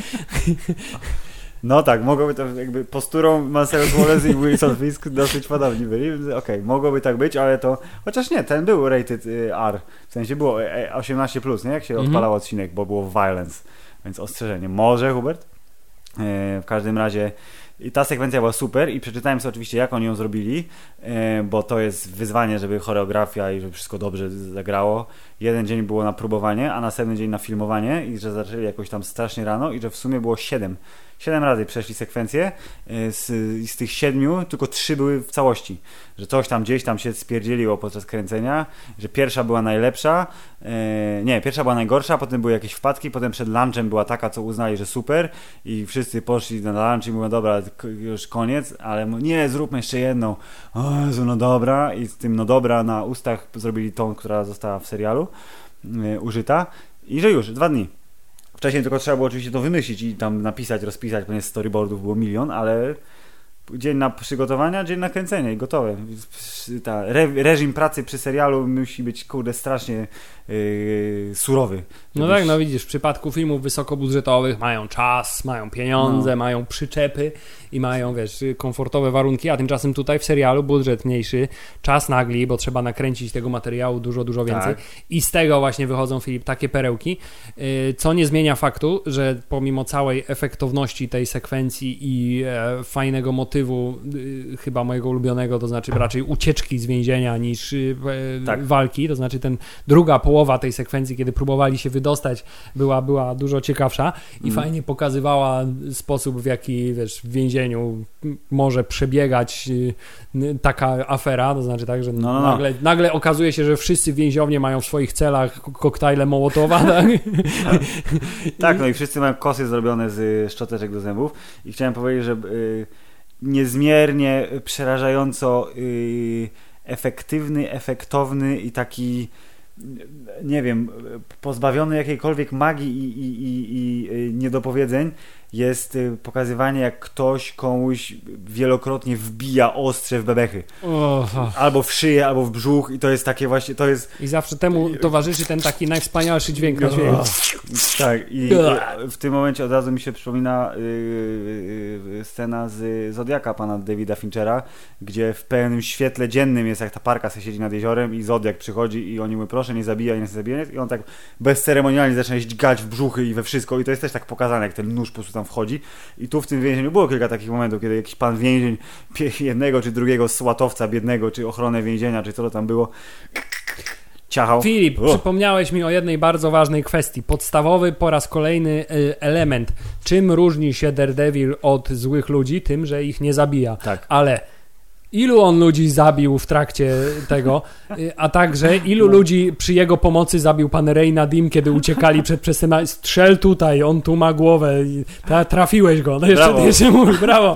No tak, mogłoby to jakby posturą Marcellus Wallace i Wilson Fisk dosyć podobni byli. Okej, okay, mogłoby tak być, ale to... Chociaż nie, ten był rated y, R. W sensie było e, osiemnaście plus, nie? Jak się Mhm. odpalał odcinek, bo było violence. Więc ostrzeżenie. Może, Hubert? E, w każdym razie i ta sekwencja była super i przeczytałem sobie oczywiście, jak oni ją zrobili, e, bo to jest wyzwanie, żeby choreografia i żeby wszystko dobrze zagrało. Jeden dzień było na próbowanie, a następny dzień na filmowanie i że zaczęli jakoś tam strasznie rano i że w sumie było siedem. Siedem razy przeszli sekwencję, e, z, z tych siedmiu tylko trzy były w całości. Że coś tam gdzieś tam się spierdzieliło podczas kręcenia, że pierwsza była najlepsza, e, nie, pierwsza była najgorsza, potem były jakieś wpadki, potem przed lunchem była taka, co uznali, że super i wszyscy poszli na lunch i mówią, dobra, już koniec, ale nie, zróbmy jeszcze jedną. O Jezu, no dobra. I z tym no dobra na ustach zrobili tą, która została w serialu yy, użyta. I że już, dwa dni. Wcześniej tylko trzeba było oczywiście to wymyślić i tam napisać, rozpisać, ponieważ storyboardów było milion, ale dzień na przygotowania, dzień na kręcenie i gotowe. Ta re- reżim pracy przy serialu musi być, kurde, strasznie yy, surowy. No byś... tak, no widzisz, w przypadku filmów wysokobudżetowych mają czas, mają pieniądze, no. mają przyczepy i mają, wiesz, komfortowe warunki, a tymczasem tutaj w serialu budżet mniejszy, czas nagli, bo trzeba nakręcić tego materiału dużo, dużo więcej tak. i z tego właśnie wychodzą, Filip, takie perełki, yy, co nie zmienia faktu, że pomimo całej efektowności tej sekwencji i e, fajnego motywu, yy, chyba mojego ulubionego, to znaczy raczej ucieczki z więzienia niż yy, tak. walki, to znaczy ten druga połowa tej sekwencji, kiedy próbowali się wydostać, była, była dużo ciekawsza i mm. fajnie pokazywała sposób, w jaki, wiesz, w więzieniu może przebiegać yy, taka afera, to znaczy tak, że no, no, nagle, no. nagle okazuje się, że wszyscy więźniowie mają w swoich celach koktajle Mołotowa, tak? Tak, no i wszyscy mają kosy zrobione z szczoteczek do zębów i chciałem powiedzieć, że yy, niezmiernie przerażająco yy, efektywny, efektowny i taki, nie wiem, pozbawiony jakiejkolwiek magii i, i, i, i niedopowiedzeń jest pokazywanie, jak ktoś komuś wielokrotnie wbija ostrze w bebechy. Oh. Albo w szyję, albo w brzuch i to jest takie właśnie, to jest... I zawsze temu towarzyszy ten taki najwspanialszy dźwięk na świecie. Tak, i w tym momencie od razu mi się przypomina yy, yy, scena z Zodiaka pana Davida Finchera, gdzie w pełnym świetle dziennym jest, jak ta parka sobie siedzi nad jeziorem i Zodiak przychodzi i oni mówią, proszę nie zabijaj, nie zabijaj, i on tak bezceremonialnie zaczyna dźgać w brzuchy i we wszystko i to jest też tak pokazane, jak ten nóż po prostu tam wchodzi. I tu w tym więzieniu było kilka takich momentów, kiedy jakiś pan więzień jednego czy drugiego słatowca biednego, czy ochronę więzienia, czy co to tam było, ciachał. Filip, o. przypomniałeś mi o jednej bardzo ważnej kwestii. Podstawowy po raz kolejny y, element. Czym różni się Daredevil od złych ludzi? Tym, że ich nie zabija. Tak. Ale ilu on ludzi zabił w trakcie tego, a także ilu no. ludzi przy jego pomocy zabił pan Rey Nadim, kiedy uciekali przed przestępstwem. Strzel tutaj, on tu ma głowę. Tra- trafiłeś go. No jeszcze, jeszcze mówię, brawo.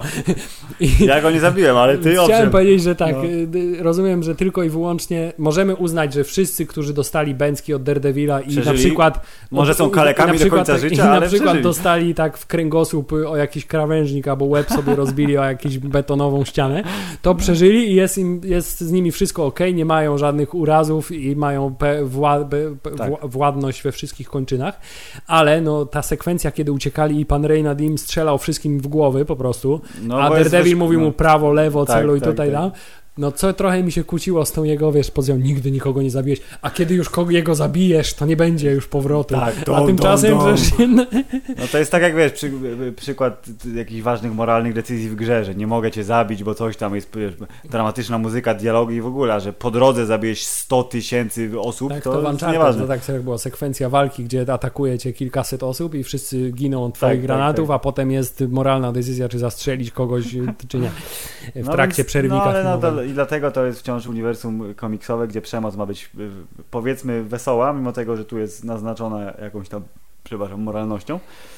I ja go nie zabiłem, ale ty owszem. Chciałem powiedzieć, że tak, no. rozumiem, że tylko i wyłącznie możemy uznać, że wszyscy, którzy dostali bęcki od Daredevila i przeżyli. na przykład może są kalekami do końca życia, i ale na przykład przeżyli. dostali tak w kręgosłup o jakiś krawężnik albo łeb sobie rozbili o jakąś betonową ścianę, to przeżyli i jest, im, jest z nimi wszystko ok, nie mają żadnych urazów i mają pe, wła, be, pe, tak. władność we wszystkich kończynach, ale no ta sekwencja, kiedy uciekali i pan Rey Nadim strzelał wszystkim w głowy po prostu, no, a Daredevil wysz... mówił no. mu prawo, lewo, tak, celuj tak, tutaj tak. tam. No co trochę mi się kłóciło z tą jego, wiesz, pozycją, nigdy nikogo nie zabijesz, a kiedy już kogo jego zabijesz, to nie będzie już powrotu. Tak, dom, a tymczasem dom, dom. Przecież... No to jest tak jak, wiesz, przy, przykład jakichś ważnych moralnych decyzji w grze, że nie mogę cię zabić, bo coś tam jest, wiesz, dramatyczna muzyka, dialogi i w ogóle, a że po drodze zabijesz sto tysięcy osób, tak, to, to jest nieważne. To tak jak była sekwencja walki, gdzie atakuje cię kilkaset osób i wszyscy giną od twoich tak, granatów, tak, tak. a potem jest moralna decyzja, czy zastrzelić kogoś, czy nie. W no trakcie więc, przerwnika no, ale no, filmowego. to, i dlatego to jest wciąż uniwersum komiksowe, gdzie przemoc ma być, powiedzmy, wesoła, mimo tego, że tu jest naznaczona jakąś tam, przepraszam, moralnością.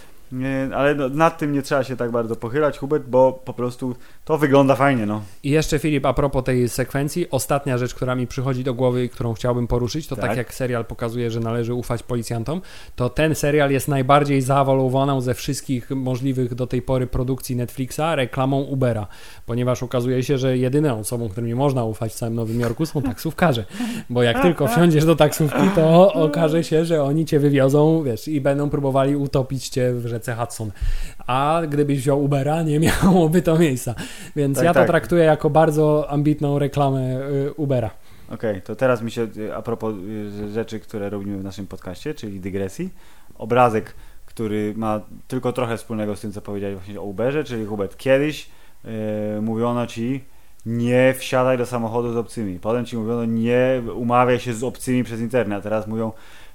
Ale no, nad tym nie trzeba się tak bardzo pochylać, Hubert, bo po prostu to wygląda fajnie, no. I jeszcze, Filip, a propos tej sekwencji, ostatnia rzecz, która mi przychodzi do głowy i którą chciałbym poruszyć, to tak, tak jak serial pokazuje, że należy ufać policjantom, to ten serial jest najbardziej zaawalowaną ze wszystkich możliwych do tej pory produkcji Netflixa reklamą Ubera, ponieważ okazuje się, że jedyną osobą, którym nie można ufać w całym Nowym Jorku, są taksówkarze, bo jak tylko wsiądziesz do taksówki, to okaże się, że oni cię wywiozą, wiesz, i będą próbowali utopić cię w rzece Hudson. A gdybyś wziął Ubera, nie miałoby to miejsca. Więc tak, ja to tak. traktuję jako bardzo ambitną reklamę Ubera. Okej, okay, to teraz mi się, a propos rzeczy, które robimy w naszym podcaście, czyli dygresji, obrazek, który ma tylko trochę wspólnego z tym, co powiedziałeś właśnie o Uberze, czyli Hubert, kiedyś yy, mówiono ci, nie wsiadaj do samochodu z obcymi. Potem ci mówiono, nie umawiaj się z obcymi przez internet, a teraz mówią,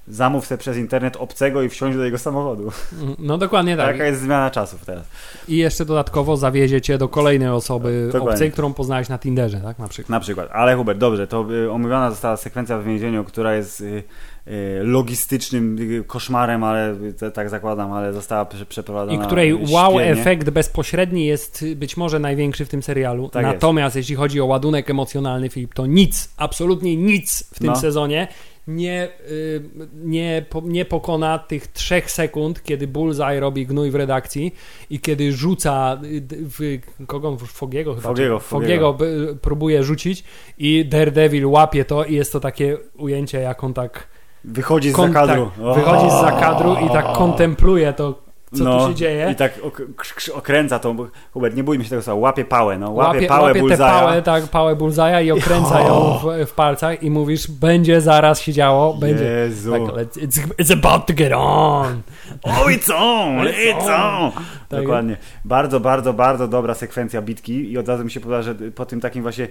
zamów sobie przez internet obcego i wsiąść do jego samochodu. No dokładnie tak. Taka jest zmiana czasów teraz. I jeszcze dodatkowo zawiezie cię do kolejnej osoby Dokładnie. obcej, którą poznałeś na Tinderze, tak? Na przykład. Na przykład. Ale Hubert, dobrze, to y, omówiona została sekwencja w więzieniu, która jest y, y, logistycznym y, koszmarem, ale y, tak zakładam, ale została prze, przeprowadzona I której wow świetnie. efekt bezpośredni jest być może największy w tym serialu. Tak Natomiast jest. jeśli chodzi o ładunek emocjonalny, Filip, to nic, absolutnie nic w tym No. sezonie nie, y, nie, po, nie pokona tych trzech sekund, kiedy Bullseye robi gnój w redakcji i kiedy rzuca y, w kogo? W Fogiego chyba. Fogiego, Fogiego by, próbuje rzucić i Daredevil łapie to i jest to takie ujęcie, jak on tak Wychodzi z kon- zakadru. tak, wychodzi z zakadru i tak kontempluje to, co no, tu się dzieje. I tak ok- krz- okręca tą, Hubert, nie bójmy się tego słowa, łapie pałę, no, łapie, Łapie, pałę łapie tę Bullseye'a. pałę, tak, pałę Bullseye'a i okręca ją w, w palcach i mówisz, będzie zaraz się działo, będzie. Jezu. Tak, let's, it's, it's about to get on. Oh, it's on, it's on. Tak. Dokładnie. Bardzo, bardzo, bardzo dobra sekwencja bitki i od razu mi się podoba, że po tym takim właśnie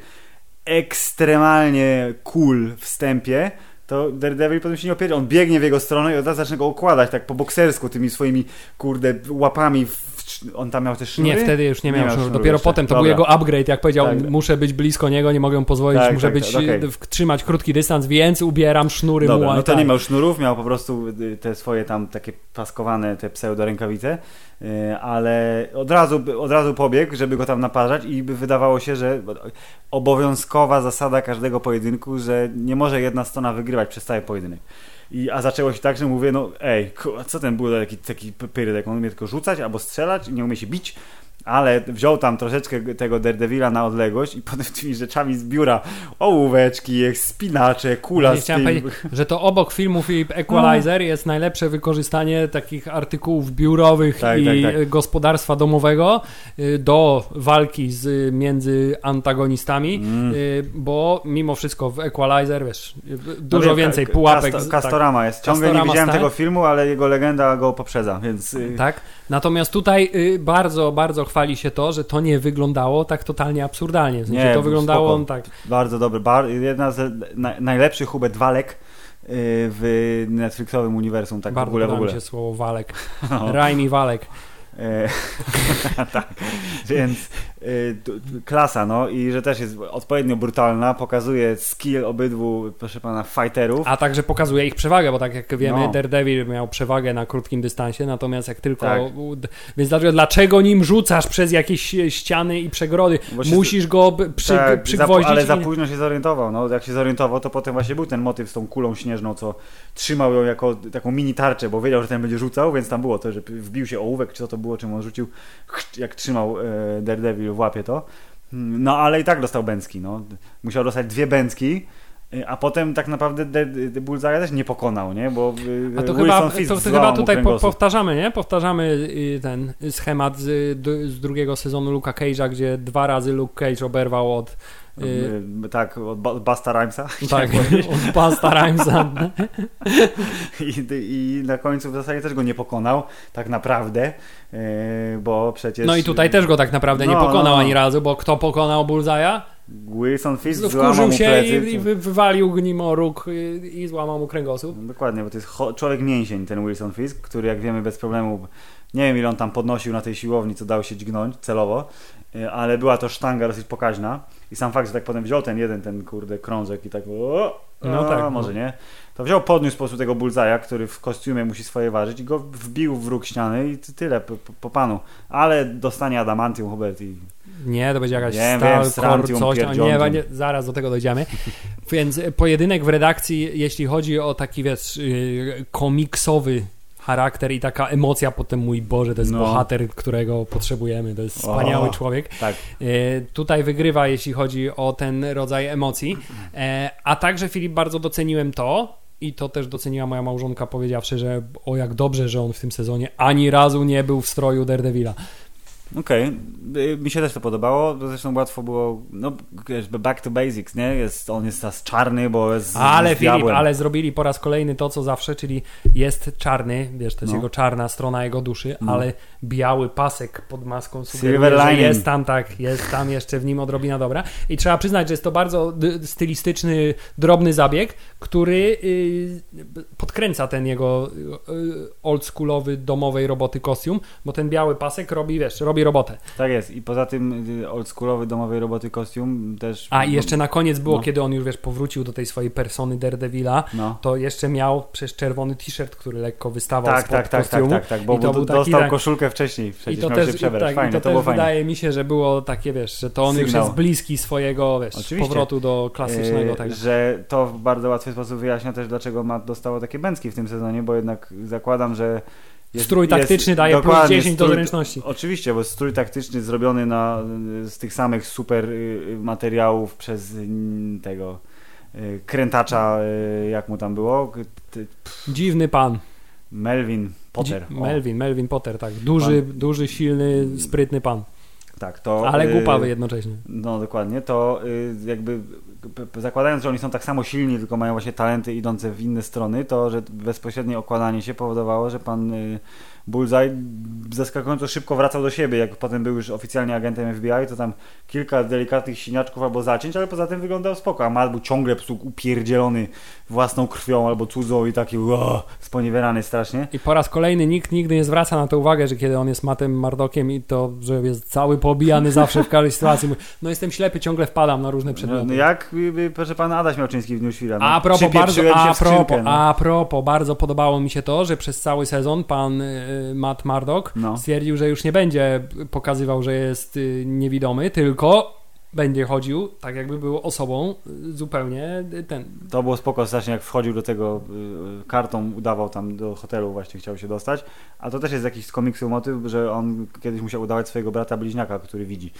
ekstremalnie cool wstępie to Daredevil potem się nie opierze, on biegnie w jego stronę i od razu zaczyna go układać tak po boksersku tymi swoimi, kurde, łapami. W... On tam miał też sznury? Nie, wtedy już nie, nie miał sznur. Dopiero jeszcze. potem to Dobra. był jego upgrade, jak powiedział, Tak. muszę być blisko niego, nie mogę mu pozwolić, Tak, muszę tak, być, tak, okay. w, trzymać krótki dystans, więc ubieram sznury Dobra, mu. no to tak. nie miał sznurów, miał po prostu te swoje tam takie paskowane, te pseudo rękawice, ale od razu, od razu pobiegł, żeby go tam naparzać i by wydawało się, że obowiązkowa zasada każdego pojedynku, że nie może jedna strona wygrywać przez cały pojedynek. I, a zaczęło się tak, że mówię, no ej, co ten był taki, taki pyrydek, on umie tylko rzucać albo strzelać i nie umie się bić, ale wziął tam troszeczkę tego Daredevila na odległość i potem tymi rzeczami z biura, ołóweczki, spinacze, kula Nie z chciałem tym... powiedzieć, że to obok filmu Philip Equalizer jest najlepsze wykorzystanie takich artykułów biurowych Tak, i tak, tak. gospodarstwa domowego y, do walki z, między antagonistami, Mm. y, bo mimo wszystko w Equalizer, wiesz, y, dużo No wiem, więcej ka- pułapek. Kasto, z- Castorama jest. Ciągle nie Castorama widziałem style. tego filmu, ale jego legenda go poprzedza, więc... y, Tak. Natomiast tutaj y, bardzo, bardzo chwali się to, że to nie wyglądało tak totalnie absurdalnie. W sensie Nie, to wyglądało spoko. on tak. Bardzo dobry. Bar, jedna z na, najlepszych Hubert walek y, w Netflixowym uniwersum, tak w bardzo ogóle, w podoba mi ogóle. się słowo walek. No. Rajmi walek. E, tak, więc y, tu- tu klasa, no i że też jest odpowiednio brutalna, pokazuje skill obydwu, proszę pana, fighterów. A także pokazuje ich przewagę, bo tak jak wiemy, No. Daredevil miał przewagę na krótkim dystansie, natomiast jak tylko... Tak. Więc dlaczego, dlaczego nim rzucasz przez jakieś ściany i przegrody? Bo się- Musisz go b- przy, tak, przygwoździć. za, ale i- za późno się zorientował. No, jak się zorientował, to potem właśnie był ten motyw z tą kulą śnieżną, co trzymał ją jako taką mini tarczę, bo wiedział, że ten będzie rzucał, więc tam było to, że wbił się ołówek, czy co to było, czym on rzucił, jak trzymał e, Daredevil w łapie to. No ale i tak dostał bęcki. No. Musiał dostać dwie bęcki, e, a potem tak naprawdę de, de Bullseye też nie pokonał, nie? Bo e, A to Wilson chyba, Fisk to, to złamał chyba mu tutaj po, kręgosłup. powtarzamy, nie? Powtarzamy y, ten schemat z, d- z drugiego sezonu Luke'a Cage'a, gdzie dwa razy Luke Cage oberwał od y, E, Tak, od Ba- Busta Rhymesa. tak, od Busta Rhymesa. I, I na końcu w zasadzie też go nie pokonał, tak naprawdę, e, bo przecież... No i tutaj też go tak naprawdę nie No, pokonał no, no. ani razu, bo kto pokonał Bullseye'a? Wilson Fisk złamał Wkurzył mu się plecy. i, i wy- wywalił nim o róg y, i złamał mu kręgosłup. No, dokładnie, bo to jest cho- człowiek mięsień, ten Wilson Fisk, który jak wiemy bez problemu, nie wiem ile on tam podnosił na tej siłowni, co dał się dźgnąć celowo, e, ale była to sztanga dosyć pokaźna i sam fakt, że tak potem wziął ten jeden, ten kurde krążek i tak o, No a, tak, może no. nie, to wziął, podniósł po prostu tego Bullseye'a, który w kostiumie musi swoje ważyć i go wbił w róg ściany i ty- tyle po, po, po panu, ale dostanie adamantium Hubert i Nie, to będzie jakaś Wiem, stal, wiem, kor, strontium, coś tam. Nie, pierdziątium. nie, zaraz do tego dojdziemy. Więc pojedynek w redakcji, jeśli chodzi o taki, wiesz, yy, komiksowy charakter i taka emocja potem, mój Boże, to jest No. bohater, którego potrzebujemy, to jest wspaniały O, człowiek. tak. Yy, tutaj wygrywa, jeśli chodzi o ten rodzaj emocji. Yy, a także, Filip, bardzo doceniłem to, i to też doceniła moja małżonka, powiedziawszy, że o jak dobrze, że on w tym sezonie ani razu nie był w stroju Daredevila. Okej, okay. Mi się też to podobało, zresztą łatwo było, no back to basics, nie? Jest, on jest teraz czarny, bo jest Ale z Filip, ale zrobili po raz kolejny to, co zawsze, czyli jest czarny, wiesz, to jest no. jego czarna strona jego duszy, no. ale biały pasek pod maską Silver sugeruje, że lining. jest tam tak, jest tam jeszcze w nim odrobina dobra i trzeba przyznać, że jest to bardzo d- stylistyczny, drobny zabieg, który yy, podkręca ten jego yy, oldschoolowy, domowej roboty kostium, bo ten biały pasek robi, wiesz, robi robotę. Tak jest i poza tym oldschoolowy domowej roboty kostium też... A i jeszcze na koniec było, no. kiedy on już, wiesz, powrócił do tej swojej persony Daredevila, no. to jeszcze miał przez czerwony t-shirt, który lekko wystawał tak, spod tak, tak, kostiumu. tak, tak, tak, bo I to był dostał taki, tak, koszulkę wcześniej, przecież i to miał też, się przebrać. tak, fajnie, i to, to też było wydaje fajnie. mi się, że było takie, wiesz, że to on Sygnał. już jest bliski swojego, wiesz, Oczywiście. powrotu do klasycznego. Yy, tak. że to w bardzo łatwy sposób wyjaśnia też, dlaczego Matt dostało takie bęcki w tym sezonie, bo jednak zakładam, że Jest, strój taktyczny jest, daje plus dziesięć strój, do zręczności. Oczywiście, bo strój taktyczny zrobiony na, z tych samych super y, materiałów przez y, tego y, krętacza, y, jak mu tam było? Ty, Dziwny pan. Melvin Potter. Dzi- Melvin, Melvin Potter, tak. Duży, Pan. duży, silny, sprytny pan. Tak, to, Ale y, głupawy jednocześnie. No dokładnie, to y, jakby p- p- zakładając, że oni są tak samo silni, tylko mają właśnie talenty idące w inne strony, to że bezpośrednie okładanie się powodowało, że pan y, Bullseye zaskakująco szybko wracał do siebie, jak potem był już oficjalnie agentem F B I, to tam kilka delikatnych siniaczków albo zacięć, ale poza tym wyglądał spoko, a Matt był ciągle po prostu upierdzielony własną krwią albo cudzą i taki wow, sponiewierany strasznie. I po raz kolejny nikt nigdy nie zwraca na to uwagę, że kiedy on jest Mattem Murdockiem i to, że jest cały poobijany zawsze w każdej sytuacji. Mówi, no jestem ślepy, ciągle wpadam na różne przedmioty. No, no jak, y, proszę pana, Adaś Miałczyński w Dniu Świra. No, A propos, bardzo, a, skrzynkę, propos, no. a propos, bardzo podobało mi się to, że przez cały sezon pan y, Matt Murdock No. stwierdził, że już nie będzie pokazywał, że jest y, niewidomy, tylko będzie chodził tak, jakby był osobą y, zupełnie y, ten. To było spoko, strasznie jak wchodził do tego y, kartą, udawał tam do hotelu, właśnie chciał się dostać, a to też jest jakiś z komiksu motyw, że on kiedyś musiał udawać swojego brata bliźniaka, który widzi.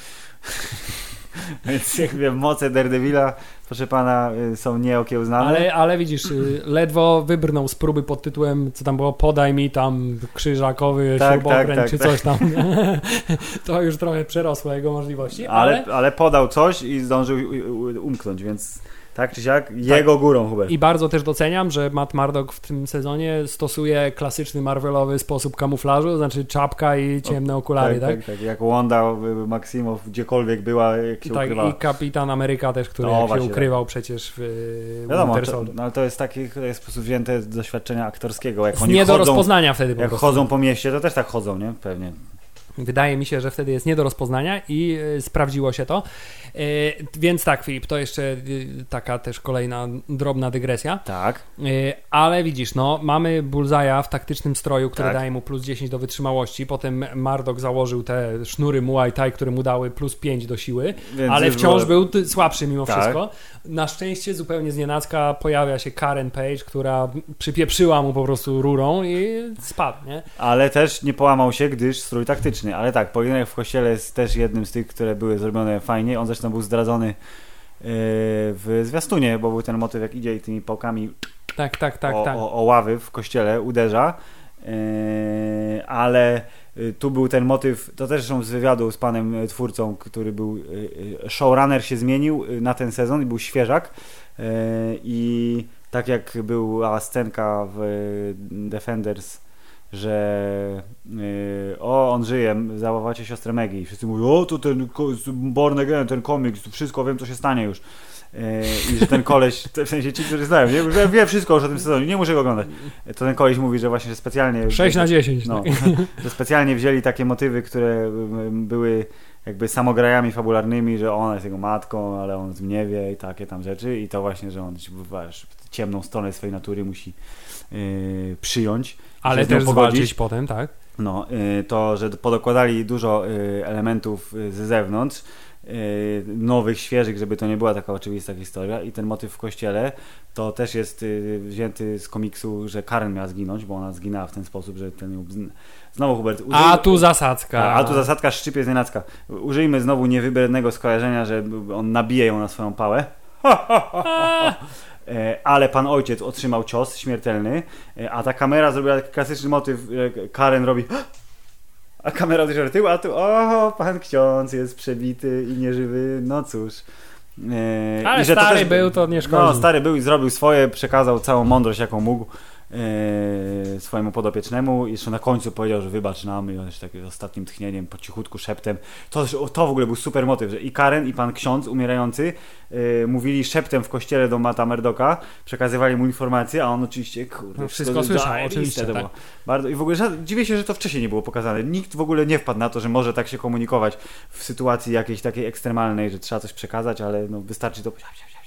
Więc jak wiem, moce Daredevila, proszę pana, y, są nieokiełznane. Ale, ale widzisz, y, ledwo wybrnął z próby pod tytułem, co tam było, podaj mi tam krzyżakowy Tak, śrubokręt, tak, tak, czy tak. coś tam. To już trochę przerosło jego możliwości, ale, ale... ale podał coś i zdążył u- u- umknąć, więc tak czy siak, jego górą, Hubert. I bardzo też doceniam, że Matt Murdock w tym sezonie stosuje klasyczny Marvelowy sposób kamuflażu, znaczy czapka i ciemne okulary, tak? tak, tak, tak. Jak Wanda, y, Maksimow, gdziekolwiek była, jak się Tak, ukrywała. i Kapitan Ameryka też, który No, jak się właśnie, ukrywał przecież w y, Wiadomo, Winter to, Soldier. no, ale to jest takie, to jest po prostu wzięte z doświadczenia aktorskiego. Jak Jest oni nie do chodzą, rozpoznania wtedy po jak prostu. chodzą po mieście, to też tak chodzą, nie? Pewnie. Wydaje mi się, że wtedy jest nie do rozpoznania i y, sprawdziło się to. Y, więc tak, Filip, to jeszcze y, taka też kolejna drobna dygresja. Tak. Y, ale widzisz, no mamy Bullseye'a w taktycznym stroju, który Tak. daje mu plus dziesięć do wytrzymałości. Potem Murdock założył te sznury Muay Thai, które mu dały plus pięć do siły, Więc ale już wciąż było- był ty- słabszy mimo Tak. wszystko. Na szczęście zupełnie znienacka pojawia się Karen Page, która przypieprzyła mu po prostu rurą i spadł, nie? Ale też nie połamał się, gdyż strój taktyczny. Ale tak, pojedynek w kościele jest też jednym z tych, które były zrobione fajnie. On zresztą był zdradzony yy, w zwiastunie, bo był ten motyw, jak idzie i tymi pałkami Tak, tak, tak, o, tak. o, o ławy w kościele uderza. Yy, ale y, tu był ten motyw, to też są z wywiadu z panem y, twórcą, który był, y, y, showrunner się zmienił y, na ten sezon i był świeżak y, i tak jak była scenka w y, Defenders, że y, o, on żyje, zawołacie siostrę Maggie i wszyscy mówią, o, to ten ko- Born Again, ten komiks, to wszystko wiem, co się stanie już. Yy, I że ten koleś, w sensie ci, którzy znają, nie? Że wie wszystko już o tym sezonie, nie muszę go oglądać. To ten koleś mówi, że właśnie że specjalnie... sześć na dziesięć. No, tak. że specjalnie wzięli takie motywy, które były jakby samograjami fabularnymi, że ona jest jego matką, ale on nie wie i takie tam rzeczy i to właśnie, że on wiesz, ciemną stronę swojej natury musi yy, przyjąć. Ale się z nią też pogodzić. zwalczyć potem, tak? No, y, to, że podokładali dużo y, elementów y, ze zewnątrz, y, nowych, świeżych, żeby to nie była taka oczywista historia i ten motyw w kościele to też jest y, wzięty z komiksu, że Karen miała zginąć, bo ona zginęła w ten sposób, że ten ją... zn- Znowu Hubert... Użyj... A tu zasadzka. A, a tu zasadka szczypie z nienacka. Użyjmy znowu niewybrednego skojarzenia, że on nabije ją na swoją pałę. E, ale pan ojciec otrzymał cios śmiertelny, e, a ta kamera zrobiła taki klasyczny motyw, e, Karen robi A kamera odjeżdża do tyłu, a tu o, pan ksiądz jest przebity i nieżywy, no cóż. Yy, Ale i że stary to też, był, to nie szkodzi. No, stary był i zrobił swoje, przekazał całą mądrość, jaką mógł yy, swojemu podopiecznemu i jeszcze na końcu powiedział, że wybacz nam i on jeszcze takim ostatnim tchnieniem, po cichutku szeptem. To, to w ogóle był super motyw, że i Karen i pan ksiądz umierający yy, mówili szeptem w kościele do Matta Murdocka, przekazywali mu informacje, a on oczywiście, kurde, no, wszystko słyszał, oczywiście. To tak. było. Bardzo, i w ogóle dziwię się, że to wcześniej nie było pokazane. Nikt w ogóle nie wpadł na to, że może tak się komunikować w sytuacji jakiejś takiej ekstremalnej, że trzeba coś przekazać, ale no, wystarczy to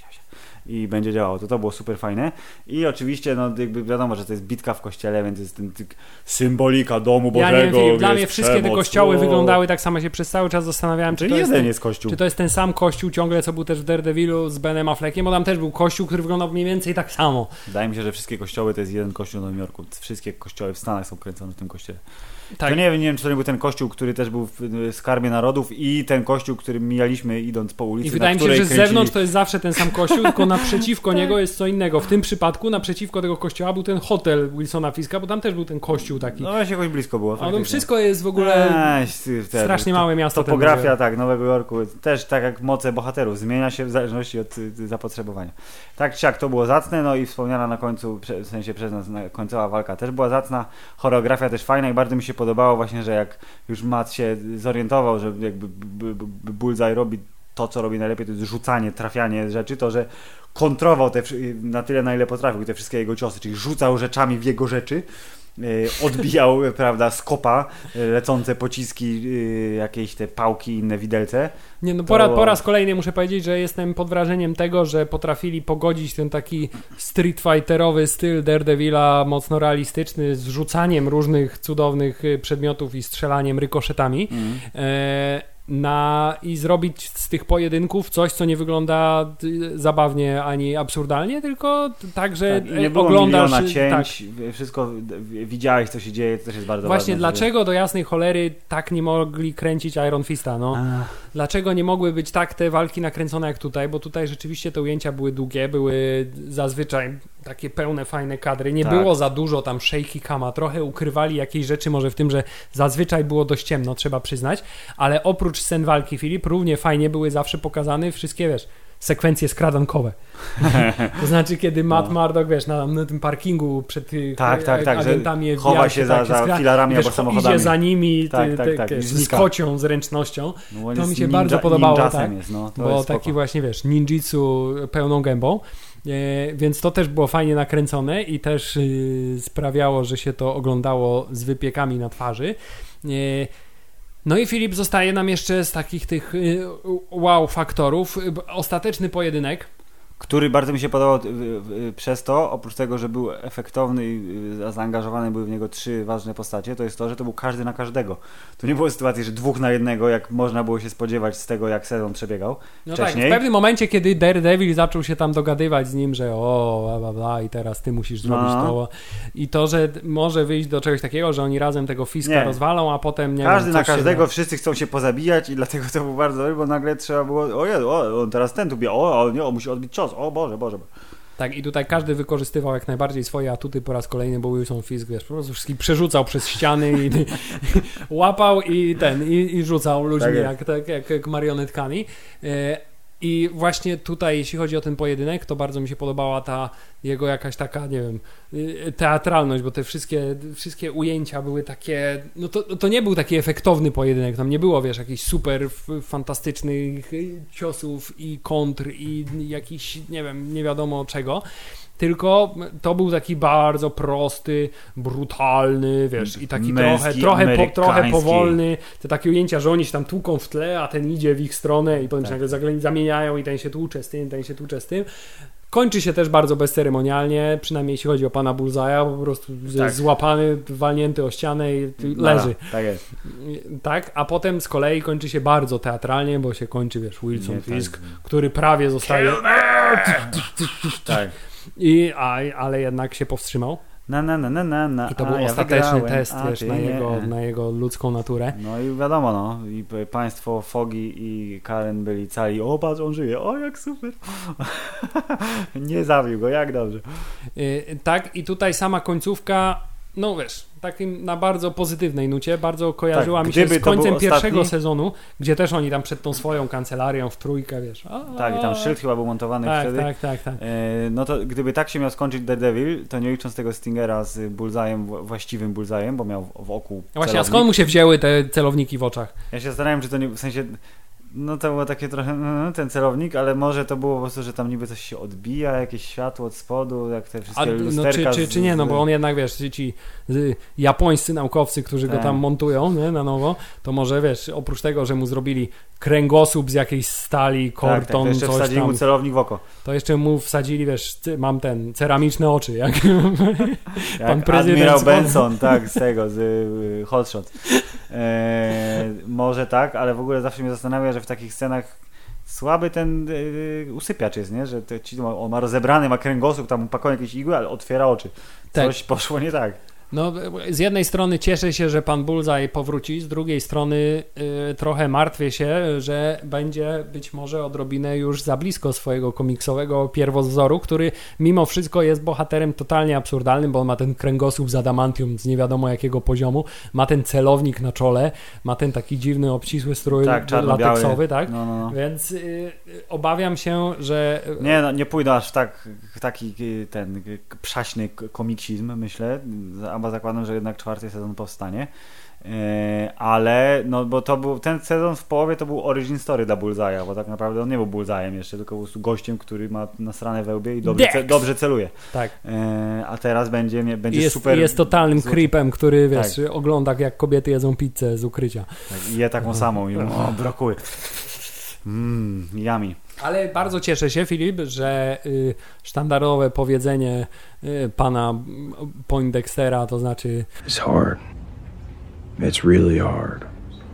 i będzie działało. To to było super fajne. I oczywiście, no jakby wiadomo, że to jest bitka w kościele, więc jest ten tyk, symbolika domu Bożego. Ja nie wiem, Filip, dla mnie wszystkie przemoc, te kościoły o. wyglądały tak samo, się przez cały czas zastanawiałem, czy to, jest ten, jest kościół. czy to jest ten sam kościół ciągle, co był też w Daredevilu z Benem Affleckiem, bo tam też był kościół, który wyglądał mniej więcej tak samo. Wydaje mi się, że wszystkie kościoły to jest jeden kościół w Nowym Jorku. Wszystkie kościoły w Stanach są kręcone w tym kościele. Tak. To nie wiem, nie wiem, czy to nie był ten kościół, który też był w Skarbie Narodów i ten kościół, który mijaliśmy idąc po ulicy. I wydaje mi się, że z zewnątrz to jest zawsze ten sam kościół, tylko naprzeciwko niego jest co innego. W tym przypadku naprzeciwko tego kościoła był ten hotel Wilsona Fiska, bo tam też był ten kościół taki. No właśnie jakoś blisko było. A to wszystko jest w ogóle Eee, strasznie małe miasto. Topografia tak, Nowego Jorku też tak jak moce bohaterów zmienia się w zależności od zapotrzebowania. Tak czy jak to było zacne, no i wspomniana na końcu, w sensie przez nas końcowa walka też była zacna, choreografia też fajna i bardzo mi się podobało właśnie, że jak już Matt się zorientował, że jakby Bullseye robi to, co robi najlepiej, to jest rzucanie, trafianie rzeczy, to że kontrował te na tyle, na ile potrafił te wszystkie jego ciosy, czyli rzucał rzeczami w jego rzeczy, odbijał, prawda, z kopa lecące pociski, jakieś te pałki, inne widelce. Nie, no to... po, raz, po raz kolejny muszę powiedzieć, że jestem pod wrażeniem tego, że potrafili pogodzić ten taki street fighterowy styl Daredevila, mocno realistyczny, z rzucaniem różnych cudownych przedmiotów i strzelaniem rykoszetami. Mm. E- Na, i zrobić z tych pojedynków coś, co nie wygląda zabawnie ani absurdalnie, tylko tak, że tak, nie było oglądasz cięć, tak. Wszystko widziałeś, co się dzieje, to też jest bardzo Właśnie ważne. dlaczego do jasnej cholery tak nie mogli kręcić Iron Fista? No? Dlaczego nie mogły być tak te walki nakręcone jak tutaj? Bo tutaj rzeczywiście te ujęcia były długie, były zazwyczaj takie pełne, fajne kadry. Nie tak. było za dużo tam shaky cama. Trochę ukrywali jakieś rzeczy, może w tym, że zazwyczaj było dość ciemno, trzeba przyznać, ale oprócz scen walki, Filip, równie fajnie były zawsze pokazane wszystkie, wiesz, sekwencje skradankowe. To znaczy, kiedy Matt no. Murdock, wiesz, na, na tym parkingu przed tak, tak, tak, agentami chowa się za, za skra... filarami wiesz, albo samochodami. Idzie za nimi tak, ty, tak, ty, tak, ty, z kocią zręcznością. No, to mi się ninja, bardzo podobało, tak? Jest, no, bo taki spoko. Właśnie, wiesz, ninjitsu pełną gębą. E, więc to też było fajnie nakręcone i też y, sprawiało, że się to oglądało z wypiekami na twarzy. E, No i Filip, zostaje nam jeszcze z takich tych wow faktorów ostateczny pojedynek, który bardzo mi się podobał przez to, oprócz tego, że był efektowny i zaangażowany były w niego trzy ważne postacie, to jest to, że to był każdy na każdego. To nie było sytuacji, że dwóch na jednego, jak można było się spodziewać z tego, jak sezon przebiegał no wcześniej. Tak, w pewnym momencie, kiedy Daredevil zaczął się tam dogadywać z nim, że o, bla, bla, bla i teraz ty musisz zrobić no. to i to, że może wyjść do czegoś takiego, że oni razem tego Fiska nie. rozwalą, a potem nie każdy wiem, na każdego, się... wszyscy chcą się pozabijać i dlatego to był bardzo dobry, bo nagle trzeba było, o, o on teraz ten tu bije, o, o, nie, on musi odbić cios, o Boże, Boże. Tak, i tutaj każdy wykorzystywał jak najbardziej swoje atuty po raz kolejny, bo Wilson Fisk, wiesz, po prostu wszystkich przerzucał przez ściany i łapał i ten, i, i rzucał ludźmi tak jak, tak, jak, jak marionetkami. I właśnie tutaj, jeśli chodzi o ten pojedynek, to bardzo mi się podobała ta jego jakaś taka, nie wiem, teatralność, bo te wszystkie, wszystkie ujęcia były takie, no to, to nie był taki efektowny pojedynek, tam nie było, wiesz, jakichś super fantastycznych ciosów i kontr i jakichś, nie wiem, nie wiadomo czego, tylko to był taki bardzo prosty, brutalny, wiesz, i taki męski, trochę, trochę, po, trochę powolny, te takie ujęcia, że oni się tam tłuką w tle, a ten idzie w ich stronę i potem tak. się nagle zamieniają i ten się tłucze z tym, ten się tłucze z tym. Kończy się też bardzo bezceremonialnie, przynajmniej jeśli chodzi o pana Bullseye'a, po prostu tak. złapany, walnięty o ścianę i leży. No, tak jest. Tak, a potem z kolei kończy się bardzo teatralnie, bo się kończy, wiesz, Wilson Nie, Fisk, tak. który prawie zostaje... tak. I, a, ale jednak się powstrzymał. Na, na, na, na, na, na. I to był a, ostateczny ja test wiesz, na, jego, na jego ludzką naturę. No i wiadomo, no. I państwo Foggy i Karen byli cali. O, patrz, on żyje. O, jak super. Nie zabił go, jak dobrze. Yy, tak, i tutaj sama końcówka no wiesz, takim na bardzo pozytywnej nucie, bardzo kojarzyła tak, mi się z końcem pierwszego ostatni... sezonu, gdzie też oni tam przed tą swoją kancelarią w trójkę, wiesz. A, tak, i tam szyld chyba był montowany tak, wtedy. Tak, tak, tak. E, no to gdyby tak się miał skończyć Daredevil, to nie licząc tego Stingera z Bullseye'em, właściwym Bullseye'em, bo miał w oku Właśnie, celownik. a skąd mu się wzięły te celowniki w oczach? Ja się zastanawiam, czy to nie, w sensie, no to było takie trochę, no, ten celownik, ale może to było po prostu, że tam niby coś się odbija, jakieś światło od spodu, jak te wszystkie A, no, lusterka. czy, czy, czy nie, no bo on jednak, wiesz, ci, ci y, japońscy naukowcy, którzy go tak. tam montują, nie, na nowo, to może, wiesz, oprócz tego, że mu zrobili kręgosłup z jakiejś stali, korton, tak, tak, to jeszcze coś wsadzili tam, mu celownik w oko. to jeszcze mu wsadzili, wiesz, ty, mam ten, ceramiczne oczy, jak, jak pan prezydent Admiral z... Benson, tak, z tego, z y, Hot Shot. E, może tak, ale w ogóle zawsze mnie zastanawia, że w takich scenach słaby ten y, usypiacz jest, nie? Że te, ci, on ma rozebrany, ma kręgosłup, tam upakuje jakieś igły, ale otwiera oczy. Coś tak. poszło nie tak. No, z jednej strony cieszę się, że pan Bullseye powróci, z drugiej strony y, trochę martwię się, że będzie być może odrobinę już za blisko swojego komiksowego pierwowzoru, który mimo wszystko jest bohaterem totalnie absurdalnym, bo on ma ten kręgosłup z adamantium z nie wiadomo jakiego poziomu, ma ten celownik na czole, ma ten taki dziwny, obcisły strój tak, lateksowy, tak? No, no, no. Więc y, obawiam się, że... Nie, no, nie pójdę aż w tak, taki ten przaśny komiksizm, myślę, bo zakładam, że jednak czwarty sezon powstanie, yy, ale no bo to był, ten sezon w połowie to był origin story dla Bullseye'a, bo tak naprawdę on nie był Bullseye'em jeszcze, tylko po prostu gościem, który ma nasrane we łbie i dobrze, ce, dobrze celuje. Tak. Yy, a teraz będzie, będzie jest, super... Jest totalnym złoty... creepem, który wiesz, tak. ogląda jak kobiety jedzą pizzę z ukrycia. Tak, i je taką samą i o, brakuje. Mmm, yummy. Ale bardzo cieszę się, Filip, że y, sztandarowe powiedzenie y, pana Poindextera, to znaczy It's hard. It's really hard.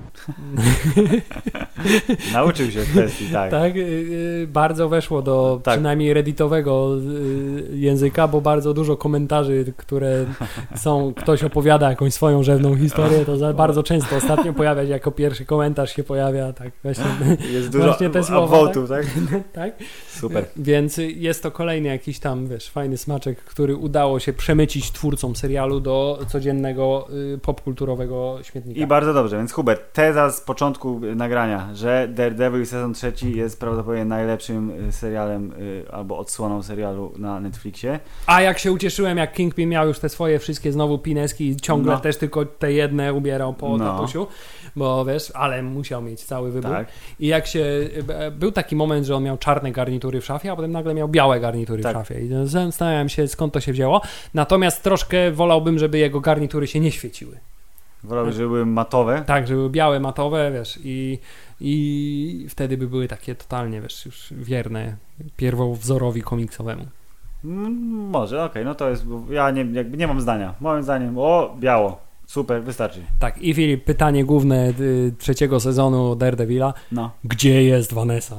Nauczył się kwestii, tak. Tak, y, y, bardzo weszło do tak. przynajmniej redditowego y, języka, bo bardzo dużo komentarzy, które są, ktoś opowiada jakąś swoją rzewną historię, to za, bardzo często ostatnio pojawia się, jako pierwszy komentarz się pojawia, tak, właśnie, jest dużo właśnie te słowa. Upvote'ów, tak? tak? tak? Super. Więc jest to kolejny jakiś tam, wiesz, fajny smaczek, który udało się przemycić twórcom serialu do codziennego y, popkulturowego śmietnika. I bardzo dobrze, więc Hubert, teza z początku nagrania, że Daredevil sezon trzeci jest prawdopodobnie najlepszym serialem y, albo odsłoną serialu na Netflixie. A jak się ucieszyłem, jak Kingpin miał już te swoje wszystkie znowu pineski i ciągle no. też tylko te jedne ubierał po no. tatusiu, bo wiesz, ale musiał mieć cały wybór. Tak. I jak się, był taki moment, że on miał czarne garnitury w szafie, a potem nagle miał białe garnitury tak. w szafie i zastanawiałem się, skąd to się wzięło. Natomiast troszkę wolałbym, żeby jego garnitury się nie świeciły. Wolałbym, żeby były matowe? Tak, żeby były białe, matowe, wiesz, i, i wtedy by były takie totalnie, wiesz, już wierne pierwowzorowi komiksowemu. Mm, może, okej, okay, no to jest, ja nie, jakby nie mam zdania. Moim zdaniem, o, biało, super, wystarczy. Tak, i Filip, pytanie główne y, trzeciego sezonu Daredevila. No. Gdzie jest Vanessa?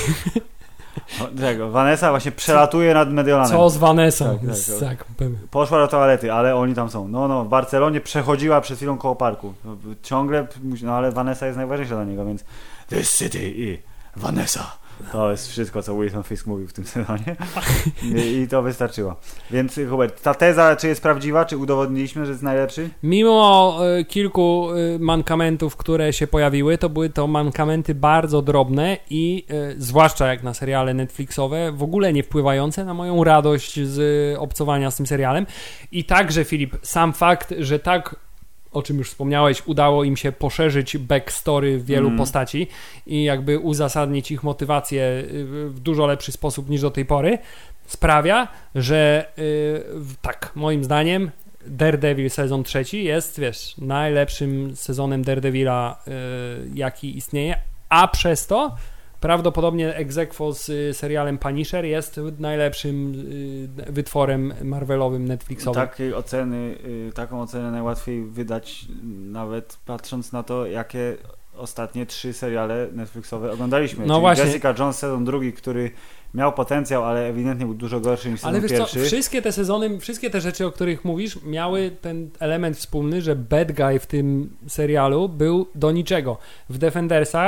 O, tego, Vanessa właśnie przelatuje nad Mediolanem. Co z Vanessą? Tak, tak, tak. Poszła do toalety, ale oni tam są. No, no, w Barcelonie przechodziła przed chwilą koło parku. Ciągle, no ale Vanessa jest najważniejsza dla niego, więc this city i Vanessa. To jest wszystko, co Wilson Fisk mówił w tym sezonie. I, I to wystarczyło. Więc Hubert, ta teza, czy jest prawdziwa, czy udowodniliśmy, że jest najlepszy? Mimo y, kilku y, mankamentów, które się pojawiły, to były to mankamenty bardzo drobne i y, zwłaszcza jak na seriale Netflixowe, w ogóle nie wpływające na moją radość z y, obcowania z tym serialem. I także, Filip, sam fakt, że tak, o czym już wspomniałeś, udało im się poszerzyć backstory wielu mm. postaci i jakby uzasadnić ich motywację w dużo lepszy sposób niż do tej pory, sprawia, że yy, tak, moim zdaniem Daredevil sezon trzeci jest, wiesz, najlepszym sezonem Daredevila, yy, jaki istnieje, a przez to prawdopodobnie ex aequo z serialem Punisher jest najlepszym y, wytworem Marvelowym, Netflixowym. Takiej oceny, y, taką ocenę najłatwiej wydać, nawet patrząc na to, jakie ostatnie trzy seriale Netflixowe oglądaliśmy. No Czyli właśnie. Jessica Jones sezon drugi, który miał potencjał, ale ewidentnie był dużo gorszy niż sezon ale wiesz pierwszy. co, wszystkie te sezony, wszystkie te rzeczy, o których mówisz, miały ten element wspólny, że bad guy w tym serialu był do niczego. W Defendersach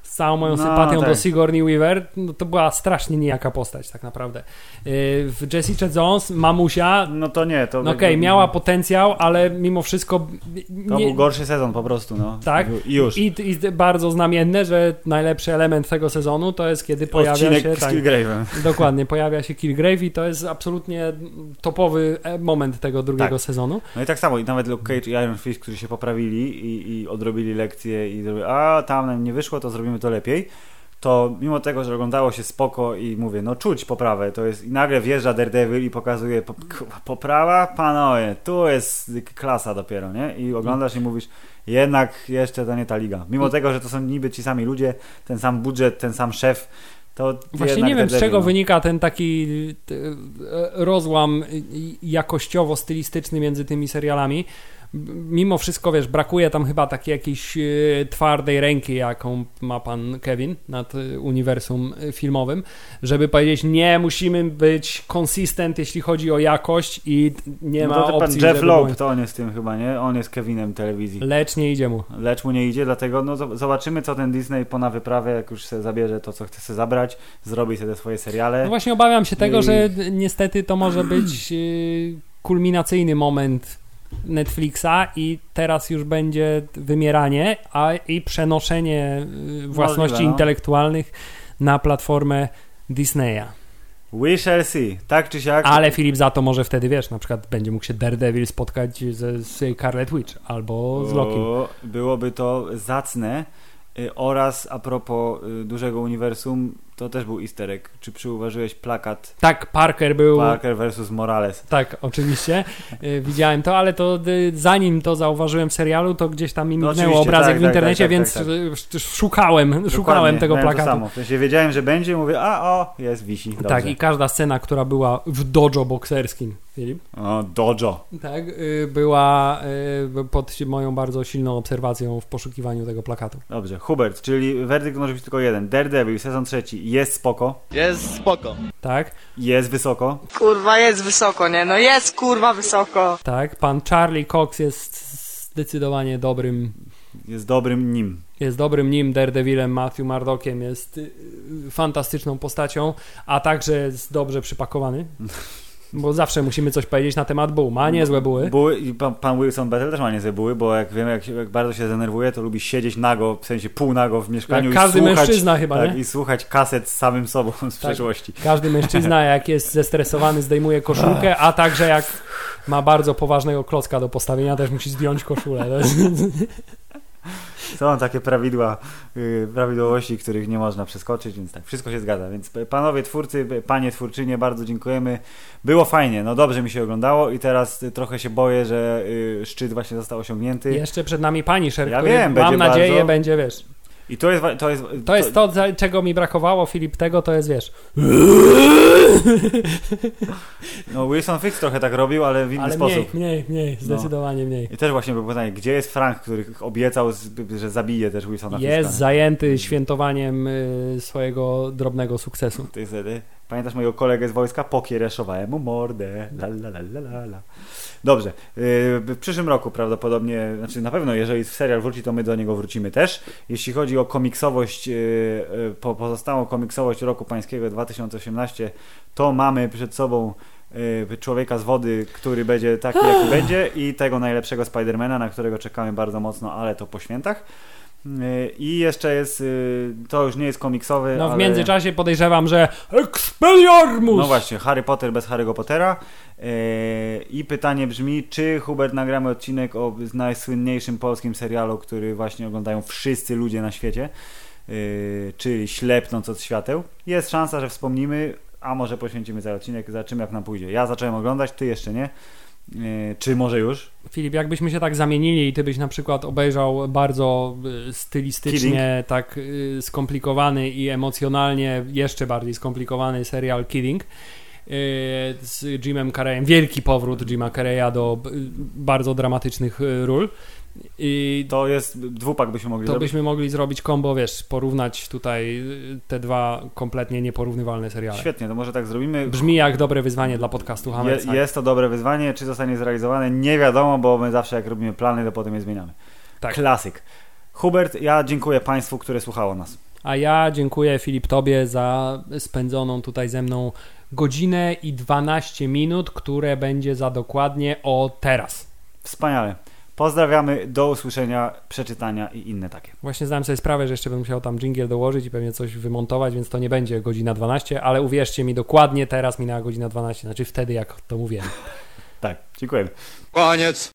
z całą moją No, sympatią tak. do Sigourney Weaver, no to była strasznie nijaka postać tak naprawdę. Yy, w Jessica Jones, mamusia, No to nie, to... no okej, okay, miała potencjał, ale mimo wszystko... Nie, to był gorszy sezon po prostu, no. Tak, I już. I, i bardzo znamienne, że najlepszy element tego sezonu to jest, kiedy pojawia Odcinek się... z Tak, Kilgrave'em. dokładnie, pojawia się Kilgrave i to jest absolutnie topowy moment tego drugiego Tak. sezonu. No i tak samo, i nawet Luke Cage i Iron Fist, którzy się poprawili i, i odrobili lekcje i zrobili, a tam nam nie wyszło, to zrobimy to lepiej, to mimo tego, że oglądało się spoko i mówię, no czuć poprawę, to jest, i nagle wjeżdża Daredevil i pokazuje, po, poprawa, panowie, tu jest klasa dopiero, nie? I oglądasz i mówisz, jednak jeszcze to nie ta liga. Mimo tego, że to są niby ci sami ludzie, ten sam budżet, ten sam szef, to właśnie nie wiem, z czego no. wynika ten taki rozłam jakościowo-stylistyczny między tymi serialami. Mimo wszystko, wiesz, brakuje tam chyba takiej jakiejś twardej ręki, jaką ma pan Kevin nad uniwersum filmowym, żeby powiedzieć, nie, musimy być consistent, jeśli chodzi o jakość i nie no ma to opcji, pan Jeff żeby... Loeb, to on jest tym chyba, nie? On jest Kevinem telewizji. Lecz nie idzie mu. Lecz mu nie idzie, dlatego no zobaczymy, co ten Disney po na wyprawę, jak już sobie zabierze to, co chce sobie zabrać, zrobi sobie te swoje seriale. No właśnie obawiam się tego, I... że niestety to może być kulminacyjny moment Netflixa i teraz już będzie wymieranie, a i przenoszenie własności Możliwe, no. intelektualnych na platformę Disneya. We shall see, tak czy siak. Ale Filip za to może wtedy, wiesz, na przykład będzie mógł się Daredevil spotkać ze, z Scarlet Witch albo z Lokim. O, byłoby to zacne. Oraz a propos dużego uniwersum, to też był easter egg. Czy przyuważyłeś plakat Tak, Parker był... Parker versus Morales? Tak, oczywiście. Widziałem to, ale to zanim to zauważyłem w serialu, to gdzieś tam mi No mignęło obrazek tak, w internecie, tak, tak, więc tak, tak. szukałem, Dokładnie, szukałem tego miałem plakatu. To samo. W sensie wiedziałem, że będzie, mówię, a o, jest, wisi. Dobrze. Tak, i każda scena, która była w dojo bokserskim, Filip, O, dojo. tak, była pod moją bardzo silną obserwacją w poszukiwaniu tego plakatu. Dobrze, Hubert, czyli werdykt może być tylko jeden. Daredevil, sezon trzeci, jest spoko. Jest spoko. Tak, Jest wysoko. Kurwa, jest wysoko, nie? No jest kurwa wysoko. tak, pan Charlie Cox jest zdecydowanie dobrym, Jest dobrym nim. jest dobrym nim, Daredevilem, Matthew Murdockiem, jest y, fantastyczną postacią, a także jest dobrze przypakowany. Bo zawsze musimy coś powiedzieć na temat buł. Ma niezłe buły. Buły i pan, pan Wilson Battle też ma niezłe buły, bo jak wiemy, jak, jak bardzo się denerwuje, to lubi siedzieć nago, w sensie pół nago w mieszkaniu Jak i każdy słuchać, mężczyzna chyba, tak, nie? i słuchać kaset z samym sobą z Tak. przeszłości. Każdy mężczyzna, jak jest zestresowany, zdejmuje koszulkę, a także jak ma bardzo poważnego klocka do postawienia, też musi zdjąć koszulę. Są takie prawidła, yy, prawidłowości, których nie można przeskoczyć, więc tak, wszystko się zgadza. Więc panowie twórcy, panie twórczynie, bardzo dziękujemy. Było fajnie, no dobrze mi się oglądało i teraz trochę się boję, że yy, szczyt właśnie został osiągnięty. Jeszcze przed nami pani Sher, Ja który wiem, mam będzie nadzieję bardzo... będzie, wiesz... I to jest... To jest, To jest to, czego mi brakowało, Filip, tego to jest, wiesz... No Wilson Fix trochę tak robił, ale w inny Ale sposób. mniej, mniej, mniej, zdecydowanie mniej. I też właśnie było pytanie, gdzie jest Frank, który obiecał, że zabije też Wilsona Fiska. Jest zajęty świętowaniem y, swojego drobnego sukcesu. To jest, pamiętasz mojego kolegę z wojska? Pokiereszowałem mu mordę. La, la, la, la, la, la. Dobrze. W przyszłym roku prawdopodobnie, znaczy na pewno, jeżeli serial wróci, to my do niego wrócimy też. Jeśli chodzi o komiksowość, po pozostałą komiksowość roku pańskiego dwa tysiące osiemnaście, to mamy przed sobą Człowieka z wody, który będzie taki, jaki będzie, i tego najlepszego Spidermana, na którego czekamy bardzo mocno, ale to po świętach. I jeszcze jest, to już nie jest komiksowy, No w ale... międzyczasie podejrzewam, że Expelliarmus! No właśnie, Harry Potter bez Harry'ego Pottera. I pytanie brzmi, czy Hubert nagramy odcinek o najsłynniejszym polskim serialu, który właśnie oglądają wszyscy ludzie na świecie, czyli Ślepnąc od świateł. Jest szansa, że wspomnimy, a może poświęcimy cały odcinek, zobaczymy jak nam pójdzie. Ja zacząłem oglądać, ty jeszcze nie. Czy może już? Filip, jakbyśmy się tak zamienili i ty byś na przykład obejrzał bardzo stylistycznie Kidding. tak skomplikowany i emocjonalnie jeszcze bardziej skomplikowany serial Kidding z Jimem Carreyem, wielki powrót Jima Carreya do bardzo dramatycznych ról. I to jest dwupak byśmy mogli to zrobić. byśmy mogli zrobić combo, wiesz, porównać tutaj te dwa kompletnie nieporównywalne seriale. Świetnie, to może tak zrobimy. Brzmi jak dobre wyzwanie dla podcastu Hammer Je, Jest to dobre wyzwanie, czy zostanie zrealizowane, nie wiadomo, bo my zawsze jak robimy plany, to potem je zmieniamy. Tak. Klasyk. Hubert, ja dziękuję Państwu, które słuchało nas. A ja dziękuję, Filip, tobie za spędzoną tutaj ze mną godzinę i dwanaście minut, które będzie za dokładnie o teraz. Wspaniale. Pozdrawiamy, do usłyszenia, przeczytania i inne takie. Właśnie zdałem sobie sprawę, że jeszcze bym musiał tam dżingiel dołożyć i pewnie coś wymontować, więc to nie będzie godzina dwanaście, ale uwierzcie mi, dokładnie teraz minęła godzina dwanaście, znaczy wtedy, jak to mówiłem. Tak, dziękujemy. Koniec.